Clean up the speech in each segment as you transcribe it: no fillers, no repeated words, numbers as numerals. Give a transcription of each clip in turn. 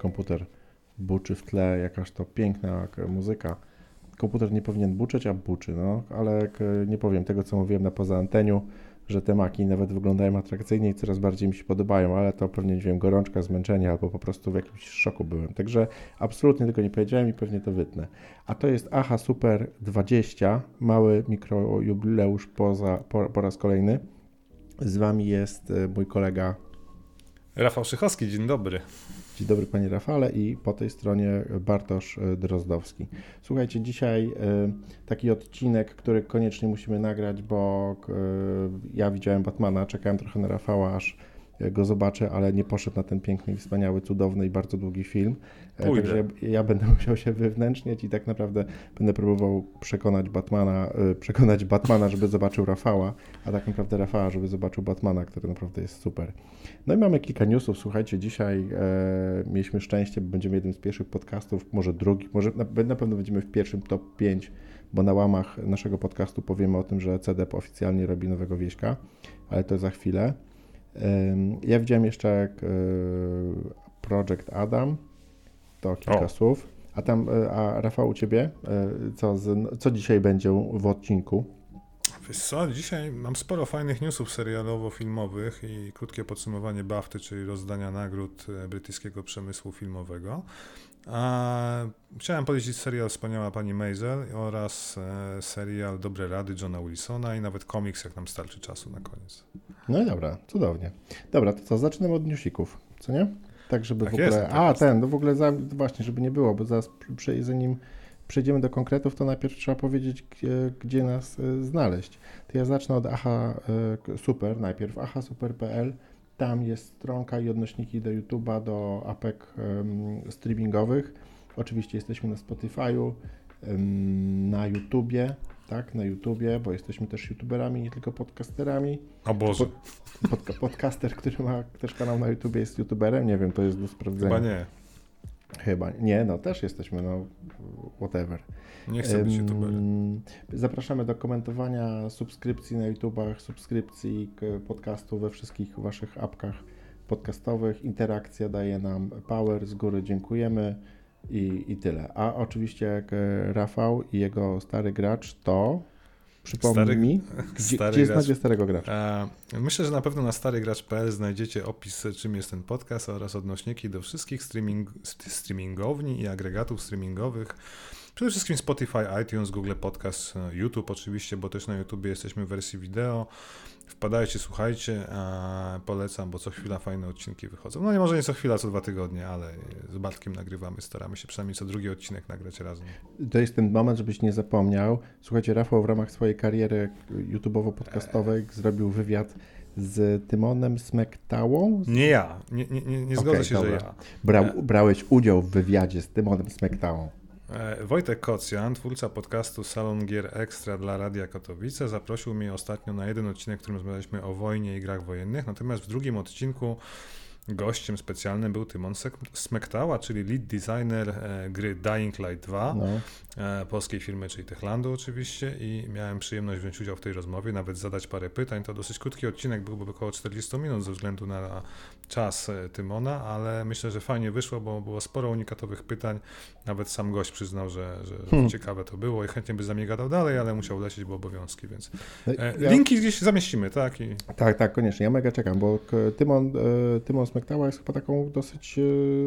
komputer buczy w tle, jakaż to piękna muzyka. Komputer nie powinien buczeć, a buczy, no, ale nie powiem tego, co mówiłem na poza anteniu, że te Maki nawet wyglądają atrakcyjnie i coraz bardziej mi się podobają, ale to pewnie, nie wiem, gorączka, zmęczenie albo po prostu w jakimś szoku byłem. Także absolutnie tego nie powiedziałem i pewnie to wytnę. A to jest AHA Super 20, mały mikrojubileusz po raz kolejny. Z Wami jest mój kolega Rafał Szychowski, dzień dobry. Dzień dobry panie Rafale i po tej stronie Bartosz Drozdowski. Słuchajcie, dzisiaj taki odcinek, który koniecznie musimy nagrać, bo ja widziałem Batmana, czekałem trochę na Rafała, aż go zobaczę, ale nie poszedł na ten piękny, wspaniały, cudowny i bardzo długi film. Także ja będę musiał się wywnętrzniać i tak naprawdę będę próbował przekonać Batmana, żeby zobaczył Rafała, a tak naprawdę Rafała, żeby zobaczył Batmana, który naprawdę jest super. No i mamy kilka newsów. Słuchajcie, dzisiaj mieliśmy szczęście, bo będziemy jednym z pierwszych podcastów, może drugi, może na pewno będziemy w pierwszym top 5, bo na łamach naszego podcastu powiemy o tym, że CDEP oficjalnie robi nowego wieśka, ale to za chwilę. Ja widziałem jeszcze Project Adam, to kilka słów. A Rafał, u Ciebie, co dzisiaj będzie w odcinku? Wiesz co, dzisiaj mam sporo fajnych newsów serialowo-filmowych i krótkie podsumowanie BAFTY, czyli rozdania nagród brytyjskiego przemysłu filmowego. Chciałem polecić serial Wspaniała Pani Maisel oraz serial Dobre Rady Johna Wilsona i nawet komiks, jak nam starczy czasu na koniec. No i dobra, cudownie. Dobra, to co, zaczynamy od newsików, co nie? Tak, żeby tak w ogóle... Jest. No w ogóle właśnie, żeby nie było, bo zaraz zanim przejdziemy do konkretów, to najpierw trzeba powiedzieć, gdzie nas znaleźć. To ja zacznę od AHA Super, najpierw ahasuper.pl. Tam jest stronka i odnośniki do YouTube'a, do apek streamingowych. Oczywiście jesteśmy na Spotify'u, na YouTubie, tak, na YouTubie, bo jesteśmy też YouTuberami, nie tylko podcasterami. O Boże. Podcaster, który ma też kanał na YouTubie, jest YouTuberem, nie wiem, to jest do sprawdzenia. Chyba nie, no też jesteśmy, no whatever. Nie chcę być YouTuberem. Zapraszamy do komentowania, subskrypcji na YouTubach, subskrypcji podcastu we wszystkich waszych apkach podcastowych. Interakcja daje nam power, z góry dziękujemy i tyle. A oczywiście Rafał i jego stary gracz to... Przypomnij mi, gdzie znajdzie starego gracza? Myślę, że na pewno na starygracz.pl znajdziecie opis, czym jest ten podcast oraz odnośniki do wszystkich streamingowni i agregatów streamingowych. Przede wszystkim Spotify, iTunes, Google Podcast, YouTube oczywiście, bo też na YouTube jesteśmy w wersji wideo. Wpadajcie, słuchajcie, polecam, bo co chwila fajne odcinki wychodzą. No nie może nie co chwila, co 2 tygodnie, ale z Bartkiem nagrywamy, staramy się przynajmniej co drugi odcinek nagrać razem. To jest ten moment, żebyś nie zapomniał. Słuchajcie, Rafał w ramach swojej kariery YouTube'owo-podcastowej zrobił wywiad z Tymonem Smektałą? Nie ja, nie zgodzę się, dobra. że ja. Brałeś udział w wywiadzie z Tymonem Smektałą. Wojtek Kocjan, twórca podcastu Salon Gier Ekstra dla Radia Katowice, zaprosił mnie ostatnio na jeden odcinek, w którym rozmawialiśmy o wojnie i grach wojennych, natomiast w drugim odcinku gościem specjalnym był Tymon Smektała, czyli lead designer gry Dying Light 2, polskiej firmy, czyli Techlandu oczywiście, i miałem przyjemność wziąć udział w tej rozmowie, nawet zadać parę pytań. To dosyć krótki odcinek, byłby około 40 minut ze względu na czas Tymona, ale myślę, że fajnie wyszło, bo było sporo unikatowych pytań. Nawet sam gość przyznał, że ciekawe to było i chętnie by za mnie gadał dalej, ale musiał lecieć, bo obowiązki, więc linki gdzieś zamieścimy, tak? Tak, koniecznie. Ja mega czekam, bo Tymon Smektała jest chyba taką dosyć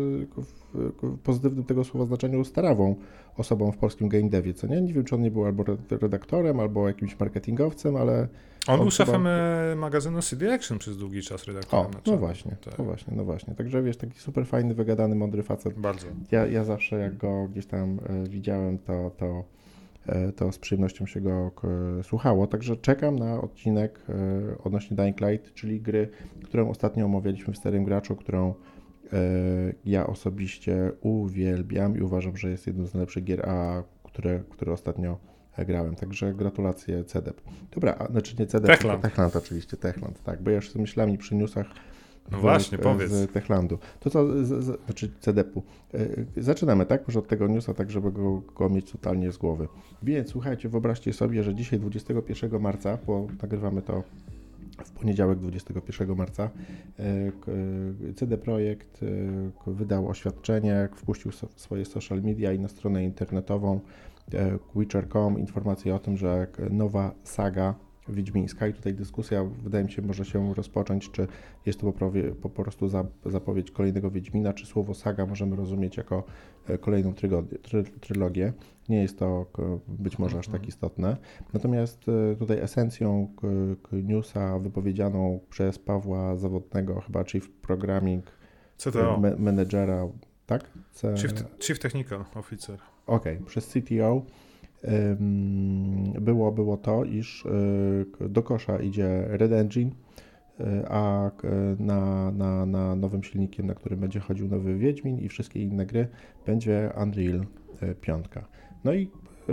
w pozytywnym tego słowa znaczeniu starawą osobą w polskim game devie, co nie? Nie wiem, czy on nie był albo redaktorem, albo jakimś marketingowcem, ale... On był szefem magazynu CD Action przez długi czas, redaktorem. No właśnie. Także wiesz, taki super fajny, wygadany, mądry facet. Bardzo. Ja zawsze jak go gdzieś tam widziałem, to z przyjemnością się go słuchało. Także czekam na odcinek odnośnie Dying Light, czyli gry, którą ostatnio omawialiśmy w Starym Graczu, którą ja osobiście uwielbiam i uważam, że jest jedną z najlepszych gier, które ostatnio grałem. Także gratulacje CDEP. Dobra, znaczy nie CDEP, Techland oczywiście, Techland, tak, bo ja już z myślami przy newsach powiedz. Z Techlandu. To co, znaczy CDEP-u. Zaczynamy, tak? Może od tego newsa, tak żeby go mieć totalnie z głowy. Więc słuchajcie, wyobraźcie sobie, że dzisiaj 21 marca, bo nagrywamy to w poniedziałek 21 marca CD Projekt wydał oświadczenie, wpuścił swoje social media i na stronę internetową Witcher.com informację o tym, że nowa saga wiedźmińska i tutaj dyskusja, wydaje mi się, może się rozpocząć, czy jest to po prostu zapowiedź kolejnego Wiedźmina, czy słowo saga możemy rozumieć jako kolejną trylogię. Nie jest to być może aż tak istotne. Natomiast tutaj esencją newsa wypowiedzianą przez Pawła Zawodnego, chyba Chief Programming CTO. Managera, tak? Chief Technical Officer. Okej, przez CTO było to, iż do kosza idzie Red Engine, a na nowym silnikiem, na którym będzie chodził nowy Wiedźmin i wszystkie inne gry, będzie Unreal 5. No i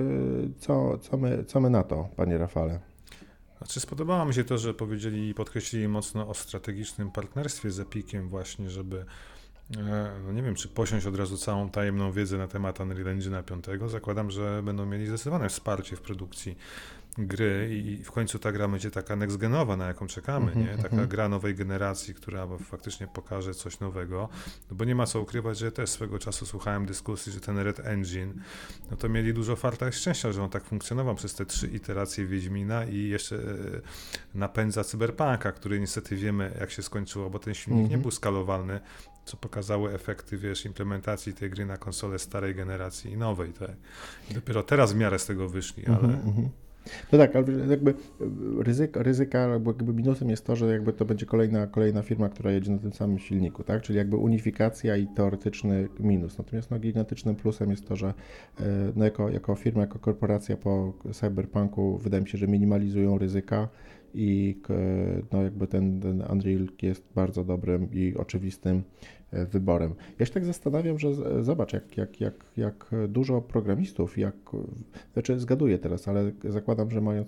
co my na to, panie Rafale? Znaczy spodobało mi się to, że powiedzieli i podkreślili mocno o strategicznym partnerstwie z Epiciem właśnie, żeby no nie wiem, czy posiąść od razu całą tajemną wiedzę na temat Unreal Engine'a 5. Zakładam, że będą mieli zdecydowane wsparcie w produkcji gry i w końcu ta gra będzie taka next-genowa, na jaką czekamy, nie? Taka gra nowej generacji, która faktycznie pokaże coś nowego, no bo nie ma co ukrywać, że też swego czasu słuchałem dyskusji, że ten Red Engine, no to mieli dużo farta i szczęścia, że on tak funkcjonował przez te 3 iteracje Wiedźmina i jeszcze napędza Cyberpunka, który niestety wiemy, jak się skończyło, bo ten silnik nie był skalowalny, co pokazały efekty, implementacji tej gry na konsole starej generacji i nowej, tak. I dopiero teraz w miarę z tego wyszli, ale... No tak, ale jakby ryzyka, jakby minusem jest to, że jakby to będzie kolejna firma, która jedzie na tym samym silniku, tak? Czyli jakby unifikacja i teoretyczny minus. Natomiast gigantycznym plusem jest to, że no jako firma, jako korporacja po Cyberpunku wydaje mi się, że minimalizują ryzyka i no jakby ten Unreal jest bardzo dobrym i oczywistym wyborem. Ja się tak zastanawiam, że zobacz, jak dużo programistów, znaczy zgaduję teraz, ale zakładam, że mając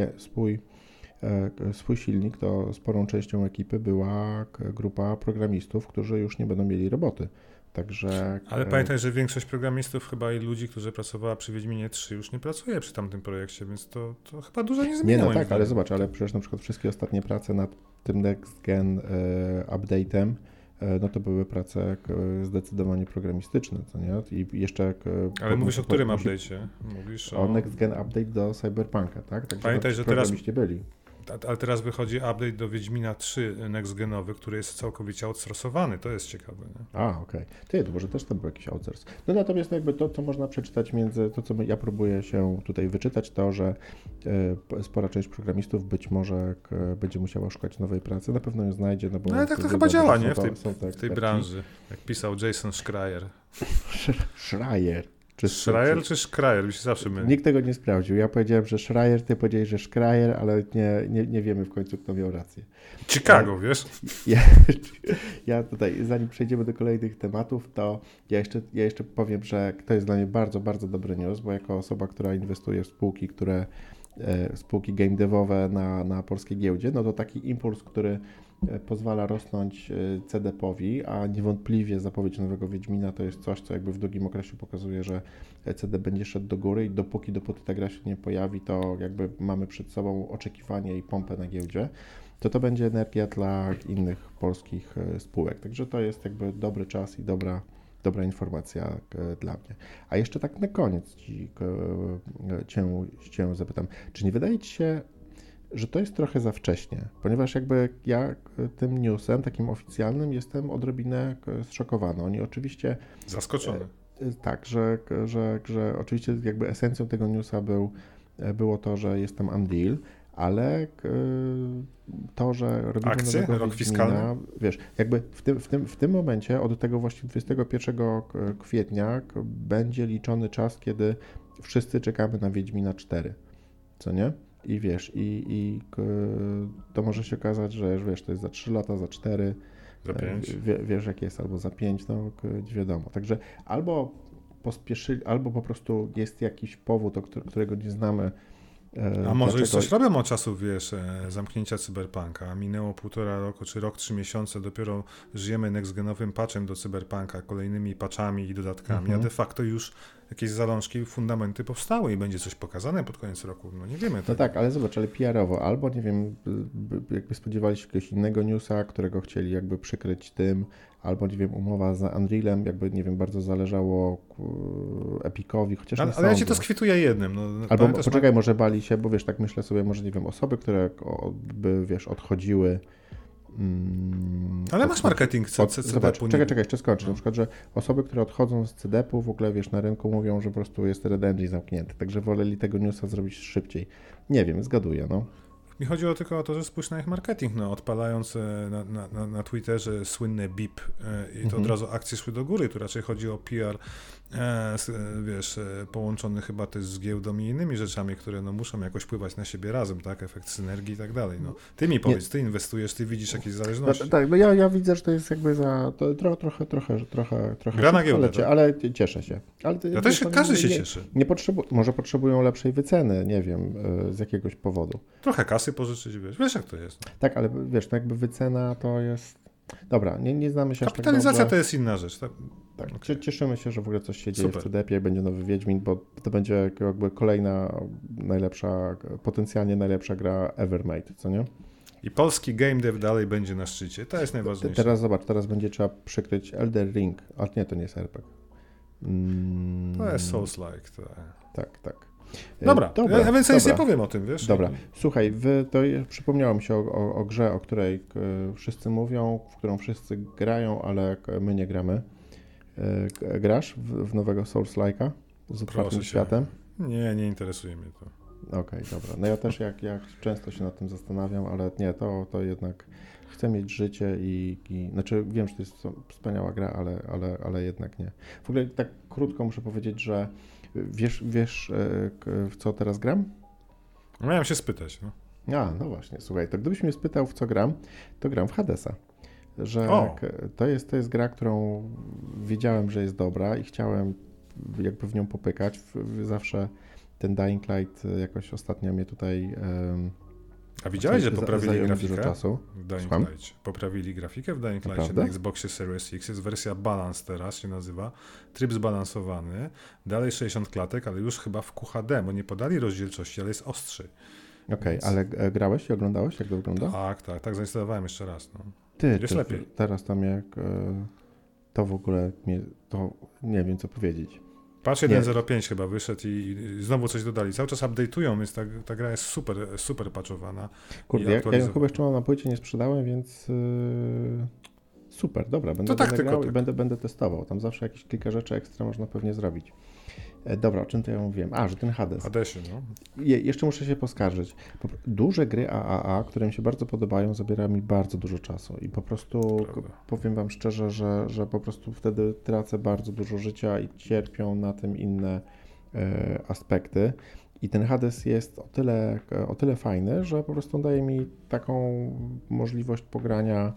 swój silnik, to sporą częścią ekipy była grupa programistów, którzy już nie będą mieli roboty. Także... Ale pamiętaj, że większość programistów chyba i ludzi, którzy pracowała przy Wiedźminie 3 już nie pracuje przy tamtym projekcie, więc to chyba dużo nie zmienia. Nie, no tak, ale zobacz, ale przecież na przykład wszystkie ostatnie prace nad tym Next Gen update'em, no to były prace zdecydowanie programistyczne, co nie? I jeszcze... Ale mówisz o którym update'cie? Mówisz o Next Gen update do Cyberpunka, tak? Także pamiętaj, że teraz... byli. Ale teraz wychodzi update do Wiedźmina 3 next genowy, który jest całkowicie outsourcowany. To jest ciekawe. Nie? Okej. To może też tam był jakiś outsource. No natomiast jakby to, co można przeczytać między, to co ja próbuję się tutaj wyczytać, to, że spora część programistów być może będzie musiała szukać nowej pracy. Na pewno ją znajdzie, no bo... No ale tak to chyba działa, nie? W tej branży. Jak pisał Jason Schreier. Schreier. Schreier czy Schreier? Mi się zawsze myli. Nikt tego nie sprawdził. Ja powiedziałem, że Schreier, ty powiedziałeś, że Schreier, ale nie wiemy w końcu, kto miał rację. Chicago, wiesz? Ja tutaj, zanim przejdziemy do kolejnych tematów, to ja jeszcze powiem, że to jest dla mnie bardzo, bardzo dobry news, bo jako osoba, która inwestuje w spółki game devowe na polskiej giełdzie, no to taki impuls, który pozwala rosnąć CDP-owi, a niewątpliwie zapowiedź nowego Wiedźmina to jest coś, co jakby w długim okresie pokazuje, że CD będzie szedł do góry i dopóty ta gra się nie pojawi, to jakby mamy przed sobą oczekiwanie i pompę na giełdzie, to będzie energia dla innych polskich spółek. Także to jest jakby dobry czas i dobra informacja dla mnie. A jeszcze tak na koniec cię zapytam, czy nie wydaje ci się, że to jest trochę za wcześnie, ponieważ jakby ja tym newsem takim oficjalnym jestem odrobinę zszokowany. Oni oczywiście... Zaskoczony. Tak, że oczywiście jakby esencją tego newsa było to, że jest tam Unreal, ale to, że robimy akcje, rok fiskalny, wiesz, jakby w tym momencie od tego właśnie 21 kwietnia będzie liczony czas, kiedy wszyscy czekamy na Wiedźmina 4, co nie? I wiesz, i to może się okazać, że wiesz, to jest za 3 lata, za 4, za 5. Wiesz jak jest, albo za 5, no nie wiadomo. Także albo pospieszyli, albo po prostu jest jakiś powód, którego nie znamy. A może już coś robią od czasu, wiesz, zamknięcia Cyberpunka. Minęło 1,5 roku, czy rok, 3 miesiące, dopiero żyjemy next-genowym patchem do Cyberpunka, kolejnymi patchami i dodatkami, a de facto już jakieś zalążki, fundamenty powstały i będzie coś pokazane pod koniec roku. No nie wiemy tego. No tak, ale zobacz, ale PR-owo, albo nie wiem, jakby spodziewali się jakiegoś innego newsa, którego chcieli jakby przykryć tym, albo nie wiem, umowa z Unrealem, jakby nie wiem, bardzo zależało Epicowi, chociaż nie Ale ja ci sądzę. to skwituję jednym. No, Albo pamiętasz, poczekaj, może bali się, bo wiesz, tak myślę sobie, może nie wiem, osoby, które by, wiesz, odchodziły. Ale masz marketing Zobacz, CDP-u. czekaj, jeszcze skończę. Na przykład, że osoby, które odchodzą z CDP-u w ogóle, wiesz, na rynku mówią, że po prostu jest Red Engine zamknięty, także woleli tego newsa zrobić szybciej. Nie wiem, zgaduję, no. Mi chodziło tylko o to, że spójrz na ich marketing, no, odpalając na Twitterze słynne BIP i to od razu akcje szły do góry, tu raczej chodzi o PR, wiesz, połączony chyba też z giełdą i innymi rzeczami, które no, muszą jakoś wpływać na siebie razem, tak, efekt synergii i tak dalej. No. Ty mi powiedz, ty inwestujesz, ty widzisz jakieś zależności. Tak, no ja widzę, że to jest jakby za, to trochę Gra na giełdę, tak? ale cieszę się. Ale Ja też, każdy się cieszy. Może potrzebują lepszej wyceny, nie wiem, z jakiegoś powodu. Trochę kasy pożyczyć, wiesz jak to jest. No. Tak, ale wiesz, no jakby wycena to jest... Dobra, nie znamy się aż tak Kapitalizacja dobrze. to jest inna rzecz. Tak? Tak, cieszymy się, że w ogóle coś się dzieje Super. w CDP, będzie nowy Wiedźmin, bo to będzie jakby kolejna najlepsza, potencjalnie najlepsza gra ever made, co nie? I polski game dev dalej będzie na szczycie. To jest najważniejsze. Teraz zobacz, teraz będzie trzeba przykryć Elder Ring, ale nie, to nie jest RPG. To jest Souls-like. Tak. Dobra, ja więcej nic nie powiem o tym, wiesz? Dobra, słuchaj, przypomniało mi się o grze, o której wszyscy mówią, w którą wszyscy grają, ale my nie gramy. Grasz w nowego Souls-like'a z otwartym światem? Nie interesuje mnie to. Okej, dobra. No ja też jak często się nad tym zastanawiam, ale nie, to jednak chcę mieć życie znaczy wiem, że to jest wspaniała gra, ale jednak nie. W ogóle tak krótko muszę powiedzieć, że wiesz w co teraz gram? Miałem się spytać, no. No właśnie, słuchaj, to gdybyś mnie spytał w co gram, to gram w Hadesa. Że to jest gra, którą wiedziałem, że jest dobra i chciałem jakby w nią popykać. Zawsze ten Dying Light jakoś ostatnio mnie tutaj... A widziałeś, że poprawili grafikę czasu. w Dying Light? Poprawili grafikę w Dying Light na Xboxie Series X. Jest wersja Balance teraz się nazywa. Tryb zbalansowany. Dalej 60 klatek, ale już chyba w QHD, bo nie podali rozdzielczości, ale jest ostrzy. Okej, ale grałeś i oglądałeś, jak to wygląda? Tak, zainstalowałem jeszcze raz. No. Jest lepiej. Teraz tam jak to w ogóle to nie wiem co powiedzieć. Patch 1.05 chyba wyszedł i znowu coś dodali. Cały czas update'ują, więc ta gra jest super patchowana. Kurde, ja ją chyba jeszcze mam na płycie, nie sprzedałem, więc super, dobra, będę grał i będę testował. Tam zawsze jakieś kilka rzeczy ekstra można pewnie zrobić. Dobra, o czym to ja mówiłem? Że ten Hades. Hadesie, no. Jeszcze muszę się poskarżyć. Duże gry AAA, które mi się bardzo podobają, zabiera mi bardzo dużo czasu i po prostu powiem wam szczerze, że po prostu wtedy tracę bardzo dużo życia i cierpią na tym inne aspekty. I ten Hades jest o tyle fajny, że po prostu daje mi taką możliwość pogrania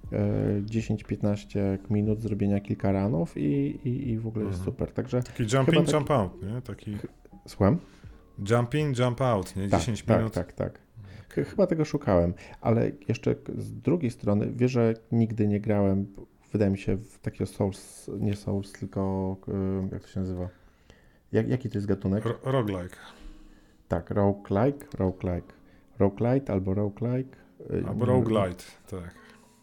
10-15 minut, zrobienia kilka ranów i w ogóle jest super. Także taki jump in, jump out, nie? Słucham? Jump in, jump out, nie? 10 minut. Tak. Chyba tego szukałem, ale jeszcze z drugiej strony, wiesz, że nigdy nie grałem, wydaje mi się, w takiego Souls, nie Souls, tylko jak to się nazywa? Jaki to jest gatunek? Roguelike. Tak, roguelite albo roguelike. Albo roguelite, tak.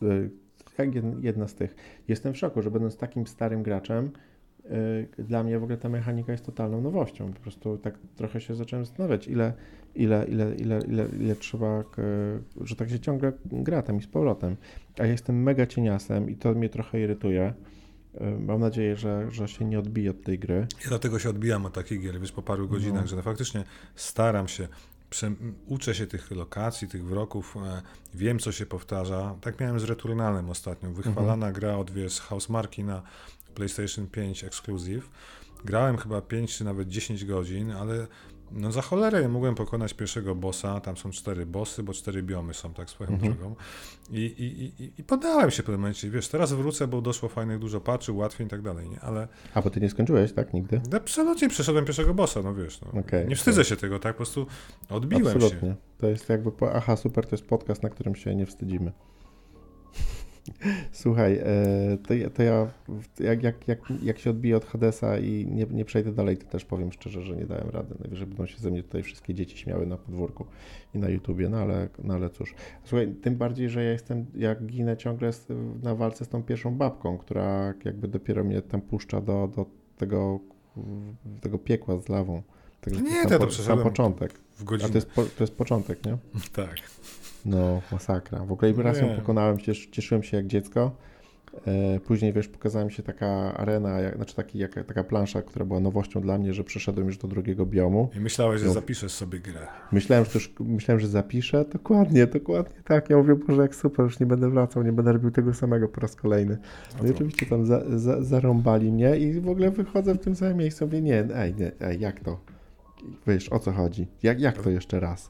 Jedna z tych. Jestem w szoku, że będąc takim starym graczem, dla mnie w ogóle ta mechanika jest totalną nowością. Po prostu tak trochę się zacząłem zastanawiać, ile trzeba, że tak się ciągle gra tam i z powrotem. A ja jestem mega cieniasem i to mnie trochę irytuje. Mam nadzieję, że się nie odbije od tej gry. Ja dlatego się odbijam od takich gier, wiesz, po paru godzinach, że faktycznie staram się, uczę się tych lokacji, tych wroków, wiem, co się powtarza. Tak miałem z Returnalem ostatnio. Wychwalana gra od, Housemarque na PlayStation 5 Exclusive. Grałem chyba 5 czy nawet 10 godzin, ale no za cholerę mogłem pokonać pierwszego bossa. Tam są 4 bossy, bo 4 biomy są, tak swoją drogą. I poddałem się w pewnym momencie. Wiesz, teraz wrócę, bo doszło fajnych dużo patchy, łatwiej i tak dalej, nie? Ale... bo ty nie skończyłeś, tak? Nigdy? Absolutnie przeszedłem pierwszego bossa, no wiesz. No. Nie wstydzę się tego, tak? Po prostu odbiłem Absolutnie. się. To jest jakby, super, to jest podcast, na którym się nie wstydzimy. Słuchaj, to ja jak się odbiję od Hadesa i nie przejdę dalej, to też powiem szczerze, że nie dałem rady. Najwyżej będą się ze mnie tutaj wszystkie dzieci śmiały na podwórku i na YouTubie, no ale cóż. Słuchaj, tym bardziej, że ja ginę ciągle na walce z tą pierwszą babką, która jakby dopiero mnie tam puszcza do tego piekła z lawą. Także Nie, to to sam początek. W godzinę. A to jest początek, nie? Tak. No, masakra. W ogóle raz ją pokonałem, cieszyłem się jak dziecko. Później, wiesz, pokazała mi się taka arena, taka plansza, która była nowością dla mnie, że przeszedłem już do drugiego biomu. I myślałeś, że zapiszesz sobie grę. Myślałem, że zapiszę. Dokładnie tak. Ja mówię, Boże, jak super, już nie będę wracał, nie będę robił tego samego po raz kolejny. No i oczywiście tam zarąbali mnie i w ogóle wychodzę w tym samym miejscu. Mówię, nie, jak to? Wiesz, o co chodzi? Jak to jeszcze raz?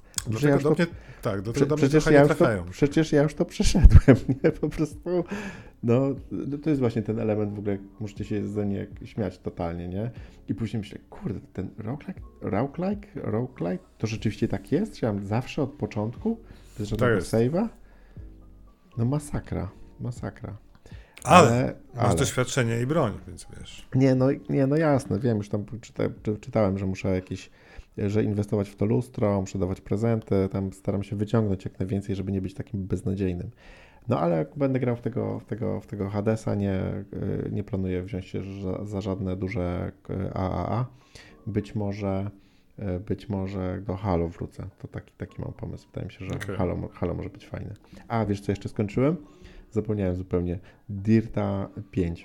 Przecież ja już to przeszedłem, nie? Po prostu, no, to jest właśnie ten element, w ogóle możecie się ze mnie śmiać totalnie, nie? I później myślę, kurde, ten roguelike, to rzeczywiście tak jest? Czy ja mam zawsze od początku? Bez żadnego save'a? No masakra. Ale masz doświadczenie i broń, więc wiesz. No jasne, wiem, już tam czytałem, że muszę że inwestować w to lustro, muszę dawać prezenty, tam staram się wyciągnąć jak najwięcej, żeby nie być takim beznadziejnym. No ale jak będę grał w tego Hadesa, nie planuję wziąć się za żadne duże AAA. Być może do Halo wrócę. To taki mam pomysł. Wydaje mi się, że Halo może być fajne. A wiesz co jeszcze skończyłem? Zapomniałem zupełnie. Dirta 5.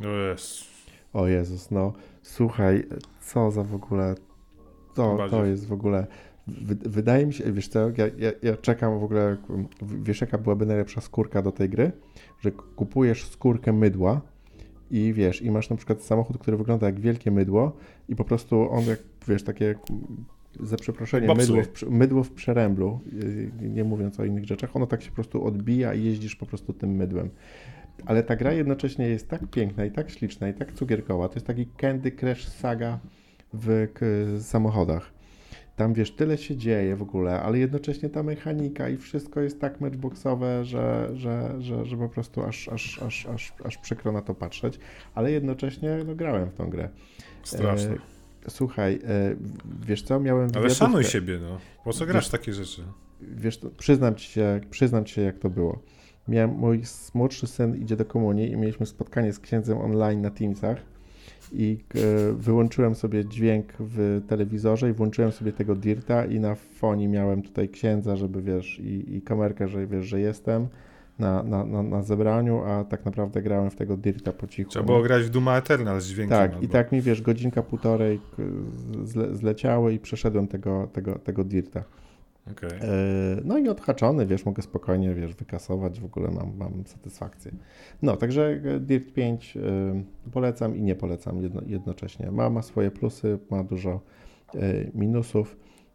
O Jezus, no słuchaj, co za w ogóle... To jest w ogóle, wydaje mi się, wiesz co, ja czekam w ogóle, wiesz jaka byłaby najlepsza skórka do tej gry? Że kupujesz skórkę mydła i wiesz, i masz na przykład samochód, który wygląda jak wielkie mydło i po prostu on jak, wiesz, takie, za przeproszeniem, mydło w przeręblu, nie mówiąc o innych rzeczach, ono tak się po prostu odbija i jeździsz po prostu tym mydłem. Ale ta gra jednocześnie jest tak piękna i tak śliczna i tak cukierkowa, to jest taki Candy Crush Saga w samochodach. Tam wiesz, tyle się dzieje w ogóle, ale jednocześnie ta mechanika i wszystko jest tak matchboxowe, że po prostu aż przykro na to patrzeć, ale jednocześnie grałem w tą grę. Straszne. Słuchaj, wiesz co, miałem... Ale szanuj siebie, no. Po co grasz takie rzeczy? Wiesz, przyznam ci się, jak to było. Mój młodszy syn idzie do komunii i mieliśmy spotkanie z księdzem online na Teamsach i wyłączyłem sobie dźwięk w telewizorze i włączyłem sobie tego Dirta i na fonie miałem tutaj księdza, żeby wiesz, i kamerkę, że wiesz, że jestem na zebraniu, a tak naprawdę grałem w tego Dirta po cichu. Trzeba było grać w Duma Eternal z dźwiękiem. Tak, albo... i tak mi wiesz, godzinka, półtorej zleciały i przeszedłem tego Dirta. Okay. No i odhaczony, wiesz, mogę spokojnie, wiesz, wykasować, w ogóle mam satysfakcję. No, także Dirt 5 polecam i nie polecam jednocześnie. Ma swoje plusy, ma dużo minusów.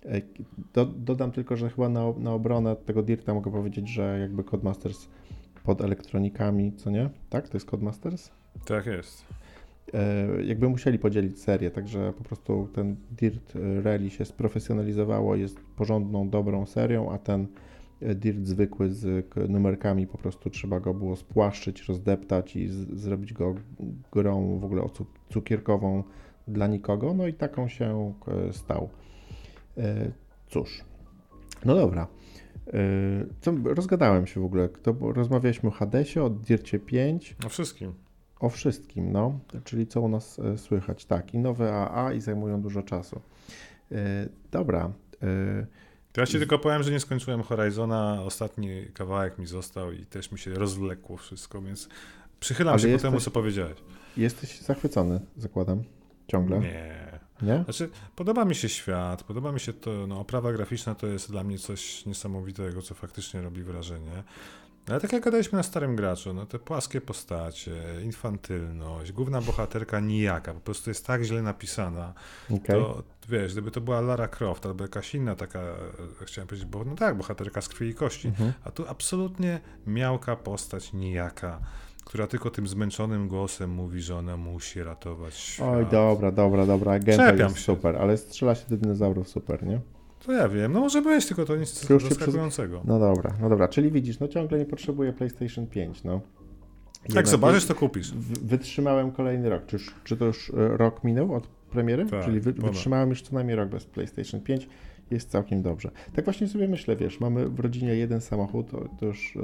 Dodam tylko, że chyba na obronę tego Dirta mogę powiedzieć, że jakby Codemasters pod elektronikami, co nie? Tak? To jest Codemasters? Tak jest. Jakby musieli podzielić serię, także po prostu ten Dirt Rally się sprofesjonalizowało, jest porządną, dobrą serią, a ten Dirt zwykły z numerkami po prostu trzeba go było spłaszczyć, rozdeptać i zrobić go grą w ogóle cukierkową dla nikogo, no i taką się stał. Cóż, no dobra. Rozgadałem się w ogóle, rozmawialiśmy o Hadesie, o Dircie 5. O wszystkim. O wszystkim, no, czyli co u nas słychać. Tak, i nowe AA i zajmują dużo czasu. Dobra. To ja ci tylko powiem, że nie skończyłem Horizona, ostatni kawałek mi został i też mi się rozwlekło wszystko, więc przychylam się ku temu, co powiedziałeś. Jesteś zachwycony, zakładam, ciągle? Nie? Znaczy, podoba mi się świat, podoba mi się to, oprawa graficzna to jest dla mnie coś niesamowitego, co faktycznie robi wrażenie. Ale tak jak gadaliśmy na Starym Graczu, te płaskie postacie, infantylność, główna bohaterka nijaka, po prostu jest tak źle napisana, to wiesz, gdyby to była Lara Croft albo jakaś inna taka, chciałem powiedzieć, bohaterka z krwi i kości, a tu absolutnie miałka postać nijaka, która tylko tym zmęczonym głosem mówi, że ona musi ratować świat. Oj, dobra, agenta jest super, ale strzela się do dinozaurów super, nie? To ja wiem, może być, tylko to nic zaskakującego. No dobra, czyli widzisz, ciągle nie potrzebuję PlayStation 5, Jak zobaczysz, to kupisz. Wytrzymałem kolejny rok. Czy to już rok minął od premiery? Tak, Czyli wytrzymałem już co najmniej rok bez PlayStation 5. Jest całkiem dobrze. Tak właśnie sobie myślę, wiesz, mamy w rodzinie jeden samochód, to już,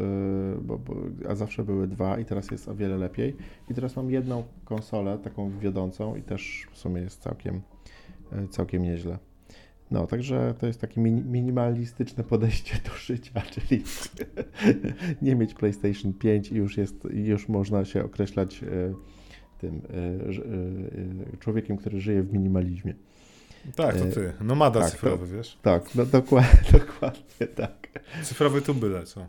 a zawsze były dwa i teraz jest o wiele lepiej. I teraz mam jedną konsolę, taką wiodącą i też w sumie jest całkiem nieźle. No, także to jest takie minimalistyczne podejście do życia, czyli nie mieć PlayStation 5 i już można się określać tym człowiekiem, który żyje w minimalizmie. Tak, to ty. Nomada tak, cyfrowy, wiesz? Tak, no dokładnie tak. Cyfrowy tu byle, co?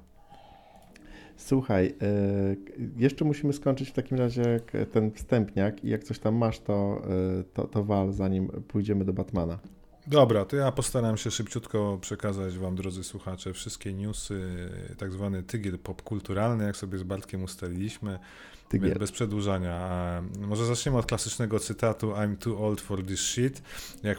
Słuchaj, jeszcze musimy skończyć w takim razie ten wstępniak i jak coś tam masz, to wal, zanim pójdziemy do Batmana. Dobra, to ja postaram się szybciutko przekazać wam, drodzy słuchacze, wszystkie newsy, tak zwany tygiel popkulturalny, jak sobie z Bartkiem ustaliliśmy, więc bez przedłużania. Może zaczniemy od klasycznego cytatu I'm too old for this shit, jak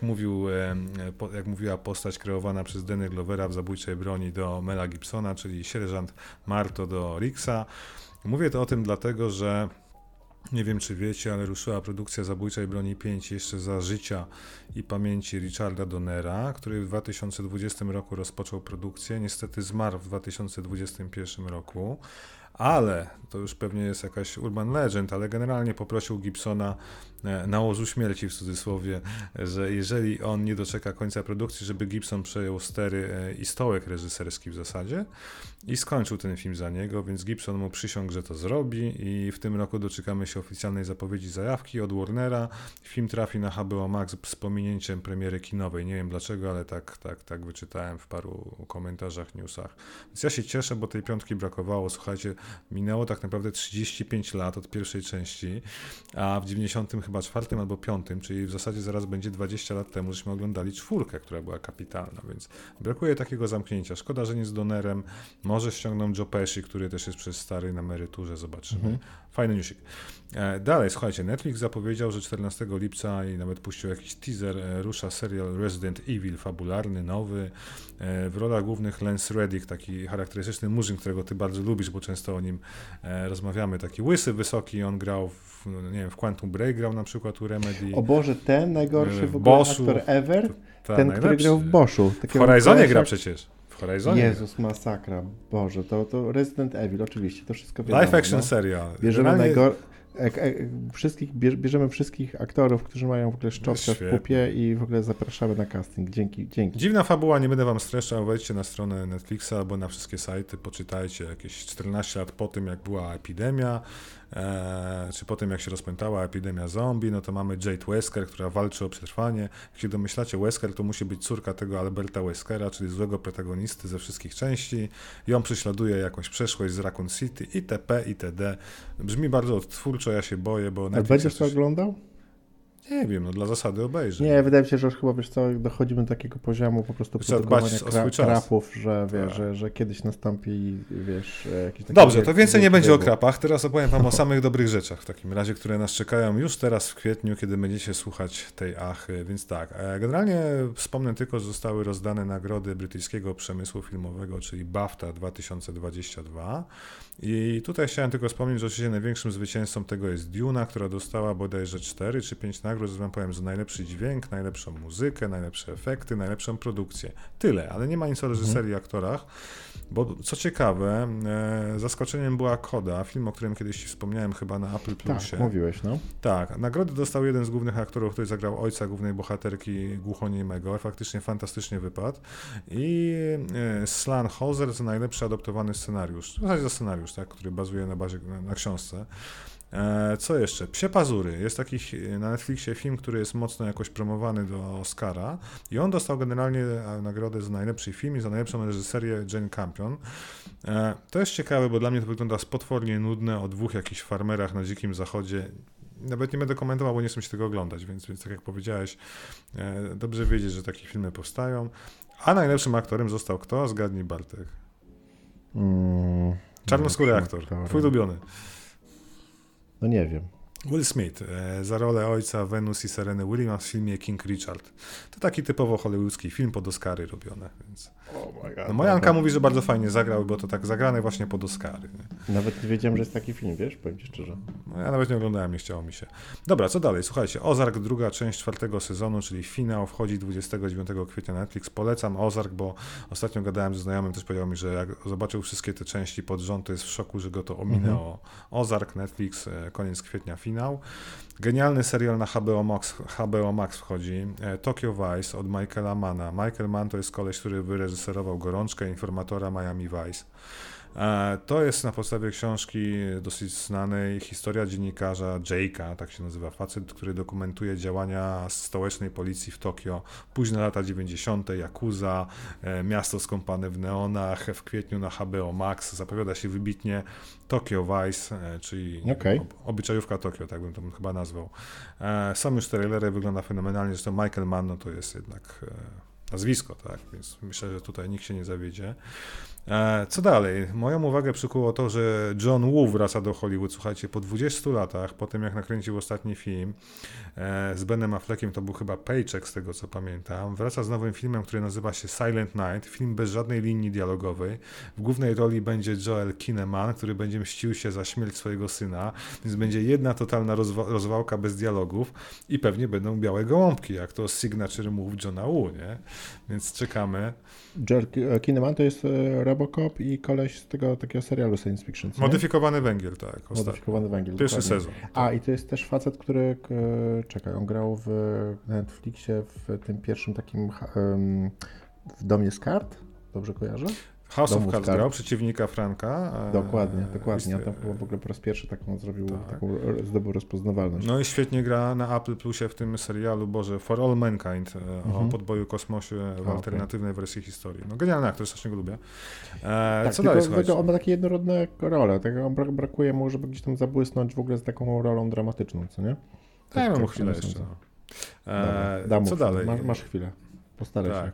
mówiła postać kreowana przez Danny Glovera w Zabójczej broni do Mela Gibsona, czyli sierżant Marto do Rixa. Mówię to o tym dlatego, że nie wiem, czy wiecie, ale ruszyła produkcja Zabójczej broni 5 jeszcze za życia i pamięci Richarda Donnera, który w 2020 roku rozpoczął produkcję. Niestety zmarł w 2021 roku, ale to już pewnie jest jakaś urban legend, ale generalnie poprosił Gibsona na łożu śmierci w cudzysłowie, że jeżeli on nie doczeka końca produkcji, żeby Gibson przejął stery i stołek reżyserski w zasadzie i skończył ten film za niego, więc Gibson mu przysiągł, że to zrobi i w tym roku doczekamy się oficjalnej zapowiedzi zajawki od Warnera. Film trafi na HBO Max z pominięciem premiery kinowej. Nie wiem dlaczego, ale tak wyczytałem w paru komentarzach, newsach. Więc ja się cieszę, bo tej piątki brakowało. Słuchajcie, minęło tak naprawdę 35 lat od pierwszej części, a w 94 albo 5, czyli w zasadzie zaraz będzie 20 lat temu, żeśmy oglądali 4, która była kapitalna, więc brakuje takiego zamknięcia. Szkoda, że nie z Donnerem. Może ściągną Joe Pesci, który też jest przez stary na emeryturze, zobaczymy. Fajny newsik. Dalej, słuchajcie, Netflix zapowiedział, że 14 lipca i nawet puścił jakiś teaser, rusza serial Resident Evil, fabularny, nowy. W rolach głównych Lance Reddick, taki charakterystyczny murzyn, którego ty bardzo lubisz, bo często o nim rozmawiamy, taki łysy, wysoki, on grał w Quantum Break grał na przykład u Remedy. O Boże, ten najgorszy w ogóle aktor ever? Ten, który grał w Boschu. W Horizonie gra przecież. W Horizonie. Jezus, masakra. Boże, to Resident Evil, oczywiście, to wszystko wiadomo. Live action serial. Bierzemy wszystkich aktorów, którzy mają w ogóle szczotkę w pupie i w ogóle zapraszamy na casting. Dzięki. Dziwna fabuła, nie będę wam streszczał, wejdźcie na stronę Netflixa albo na wszystkie sajty, poczytajcie jakieś 14 lat po tym, jak była epidemia, czy po tym, jak się rozpętała epidemia zombie, no to mamy Jade Wesker, która walczy o przetrwanie. Jak się domyślacie, Wesker to musi być córka tego Alberta Weskera, czyli złego protagonisty ze wszystkich części. Ją prześladuje jakąś przeszłość z Raccoon City, itp., itd. Brzmi bardzo odtwórczo, ja się boję, bo... A będziesz to oglądał? Nie wiem, dla zasady obejrzę. Nie, wydaje mi się, że już chyba, dochodzimy do takiego poziomu po prostu produkowania krapów, że kiedyś nastąpi, jakieś takie... Dobrze, to więcej nie będzie o krapach. Teraz opowiem wam o samych dobrych rzeczach w takim razie, które nas czekają już teraz w kwietniu, kiedy będziecie słuchać tej achy. Więc tak, generalnie wspomnę tylko, że zostały rozdane nagrody brytyjskiego przemysłu filmowego, czyli BAFTA 2022. I tutaj chciałem tylko wspomnieć, że oczywiście największym zwycięzcą tego jest Duna, która dostała bodajże 4 czy 5 nagród, że wam powiem, za najlepszy dźwięk, najlepszą muzykę, najlepsze efekty, najlepszą produkcję. Tyle, ale nie ma nic o reżyserii i aktorach, bo co ciekawe, zaskoczeniem była Koda, film, o którym kiedyś ci wspomniałem chyba na Apple Plusie. Tak, mówiłeś, no. Tak, nagrody dostał jeden z głównych aktorów, który zagrał ojca głównej bohaterki głuchoniemego, faktycznie fantastycznie wypadł. I Slan Hoser za najlepszy adoptowany scenariusz, w zasadzie za scenariusz, tak, który bazuje na książce. Co jeszcze? Psie pazury. Jest taki na Netflixie film, który jest mocno jakoś promowany do Oscara i on dostał generalnie nagrodę za najlepszy film i za najlepszą reżyserię Jane Campion. To jest ciekawe, bo dla mnie to wygląda potwornie nudne o dwóch jakichś farmerach na dzikim zachodzie. Nawet nie będę komentował, bo nie chcę się tego oglądać, więc tak jak powiedziałeś, dobrze wiedzieć, że takie filmy powstają. A najlepszym aktorem został kto? Zgadnij, Bartek. Czarnoskóry aktor. Twój ulubiony. No nie wiem. Will Smith za rolę ojca Venus i Sereny Williams w filmie King Richard. To taki typowo hollywoodzki film pod Oscary robione. Więc... moja Anka mówi, że bardzo fajnie zagrał, bo to tak zagrane właśnie pod Oscary. Nie? Nawet nie wiedziałem, że jest taki film, wiesz, powiem ci szczerze. No, ja nawet nie oglądałem, nie chciało mi się. Dobra, co dalej? Słuchajcie, Ozark, druga część 4. sezonu, czyli finał, wchodzi 29 kwietnia na Netflix. Polecam Ozark, bo ostatnio gadałem ze znajomym, też powiedział mi, że jak zobaczył wszystkie te części pod rząd, to jest w szoku, że go to ominęło. Ozark, Netflix, koniec kwietnia, finał. Genialny serial na HBO Max wchodzi. Tokyo Vice od Michaela Manna. Michael Mann to jest koleś, który wyreżyserował Gorączkę, Informatora, Miami Vice. To jest na podstawie książki dosyć znanej, historia dziennikarza Jake'a, tak się nazywa facet, który dokumentuje działania stołecznej policji w Tokio. Późne lata 90., Yakuza, miasto skąpane w neonach, w kwietniu na HBO Max, zapowiada się wybitnie. Tokyo Vice, czyli obyczajówka Tokio, tak bym to chyba nazwał. Są już trailery, wygląda fenomenalnie, zresztą Michael Mann no to jest jednak nazwisko, tak, więc myślę, że tutaj nikt się nie zawiedzie. Co dalej? Moją uwagę przykuło to, że John Woo wraca do Hollywood, słuchajcie, po 20 latach, po tym jak nakręcił ostatni film z Benem Affleckiem, to był chyba Paycheck z tego co pamiętam, wraca z nowym filmem, który nazywa się Silent Night, film bez żadnej linii dialogowej. W głównej roli będzie Joel Kinnaman, który będzie mścił się za śmierć swojego syna, więc będzie jedna totalna rozwałka bez dialogów i pewnie będą białe gołąbki, jak to signature move Johna Woo, nie? Więc czekamy. Joel Kinnaman to jest Robocop i koleś z tego takiego serialu science fiction. Modyfikowany węgiel, tak. Modyfikowany węgiel. Pierwszy dokładnie. sezon. A, i to jest też facet, który, czekaj, on grał w Netflixie w tym pierwszym takim w Domie z kart, dobrze kojarzę? House of Cards grał, przeciwnika Franka. Dokładnie. On tam chyba w ogóle po raz pierwszy taką zrobił, zdobył rozpoznawalność. No i świetnie gra na Apple Plusie w tym serialu, For All Mankind, o podboju kosmosie w alternatywnej wersji historii. No genialny aktor, strasznie go lubię. Tak, co dalej, słuchajcie? On ma takie jednorodne role, tego brakuje mu, żeby gdzieś tam zabłysnąć w ogóle z taką rolą dramatyczną, co nie? Dajmy mu chwilę jeszcze. Co dalej? Masz chwilę, postaraj się.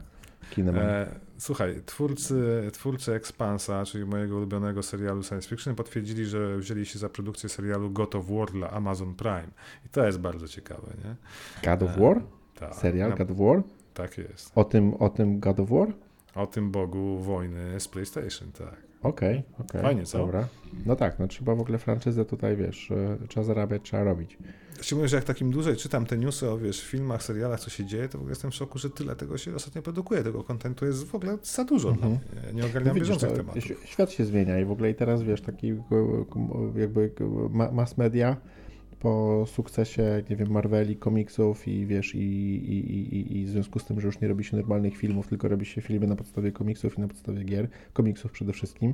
Słuchaj, twórcy Expansa, czyli mojego ulubionego serialu science fiction, potwierdzili, że wzięli się za produkcję serialu God of War dla Amazon Prime. I to jest bardzo ciekawe, nie? God of War? Tak. Serial God of War? Tak jest. O tym God of War? O tym bogu wojny z PlayStation, tak. Okej. Fajnie, co? Dobra. No tak, no trzeba w ogóle franczyzę tutaj, wiesz, trzeba zarabiać, trzeba robić. Ja mówię, że jak takim dłużej czytam te newsy o, filmach, serialach, co się dzieje, to w ogóle jestem w szoku, że tyle tego się ostatnio produkuje. Tego kontentu jest w ogóle za dużo dla mnie. Nie ogarniam bieżących tematów. Świat się zmienia i w ogóle i teraz, wiesz, taki jakby mass media po sukcesie, nie wiem, Marveli, komiksów i wiesz, i w związku z tym, że już nie robi się normalnych filmów, tylko robi się filmy na podstawie komiksów i na podstawie gier, komiksów przede wszystkim,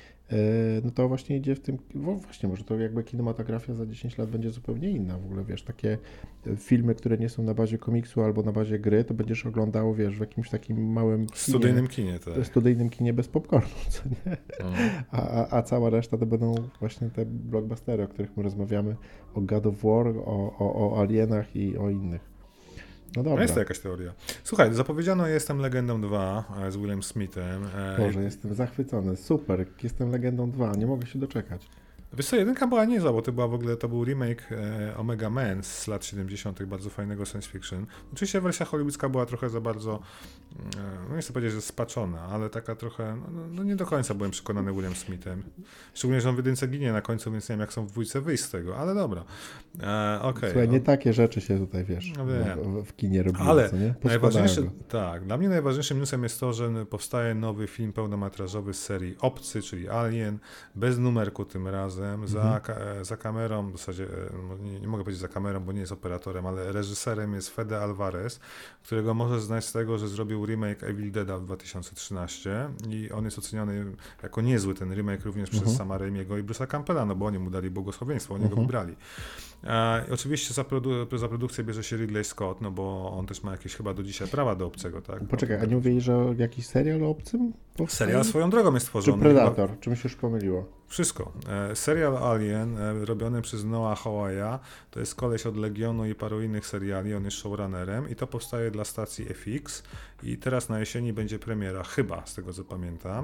no to właśnie idzie w tym, właśnie może to jakby kinematografia za 10 lat będzie zupełnie inna w ogóle, wiesz, takie filmy, które nie są na bazie komiksu albo na bazie gry, to będziesz oglądał, wiesz, w jakimś takim małym kinie, studyjnym kinie, tak. Studyjnym kinie bez popcornu, co nie? A cała reszta to będą właśnie te blockbustery, o których my rozmawiamy, o God of War, o Alienach i o innych. No dobra. No jest to jakaś teoria. Słuchaj, zapowiedziano Jestem Legendą 2 z Willem Smithem. Boże, jestem zachwycony. Super, Jestem Legendą 2. Nie mogę się doczekać. Wiesz co, jedynka była niezła, bo to był remake Omega Man z lat 70., bardzo fajnego science fiction. Oczywiście wersja hollywoodzka była trochę za bardzo, no nie chcę powiedzieć, że spaczona, ale taka trochę, no nie do końca byłem przekonany Willem Smithem. Szczególnie, że on w jedynce ginie na końcu, więc nie wiem, jak są w dwójce wyjść z tego, ale dobra. Okay, słuchaj, nie takie rzeczy się tutaj, wiesz, w kinie robiło, ale co nie? najważniejsze, tak, dla mnie najważniejszym newsem jest to, że powstaje nowy film pełnometrażowy z serii Obcy, czyli Alien, bez numerku tym razem, za kamerą, w zasadzie nie mogę powiedzieć za kamerą, bo nie jest operatorem, ale reżyserem jest Fede Alvarez, którego możesz znać z tego, że zrobił remake Evil Deada w 2013 i on jest oceniany jako niezły ten remake również przez Sama Raimiego i Bruce'a Campbella, no bo oni mu dali błogosławieństwo, oni go wybrali. Oczywiście za produkcję bierze się Ridley Scott, no bo on też ma jakieś chyba do dzisiaj prawa do Obcego, tak? Poczekaj, a nie mówili, że jakiś serial o Obcym powstaje? Serial swoją drogą jest tworzony. Czy Predator? Czy mi się już pomyliło? Wszystko. Serial Alien, robiony przez Noah Hawai'a, to jest koleś od Legionu i paru innych seriali, on jest showrunnerem i to powstaje dla stacji FX i teraz na jesieni będzie premiera, chyba, z tego co pamiętam. I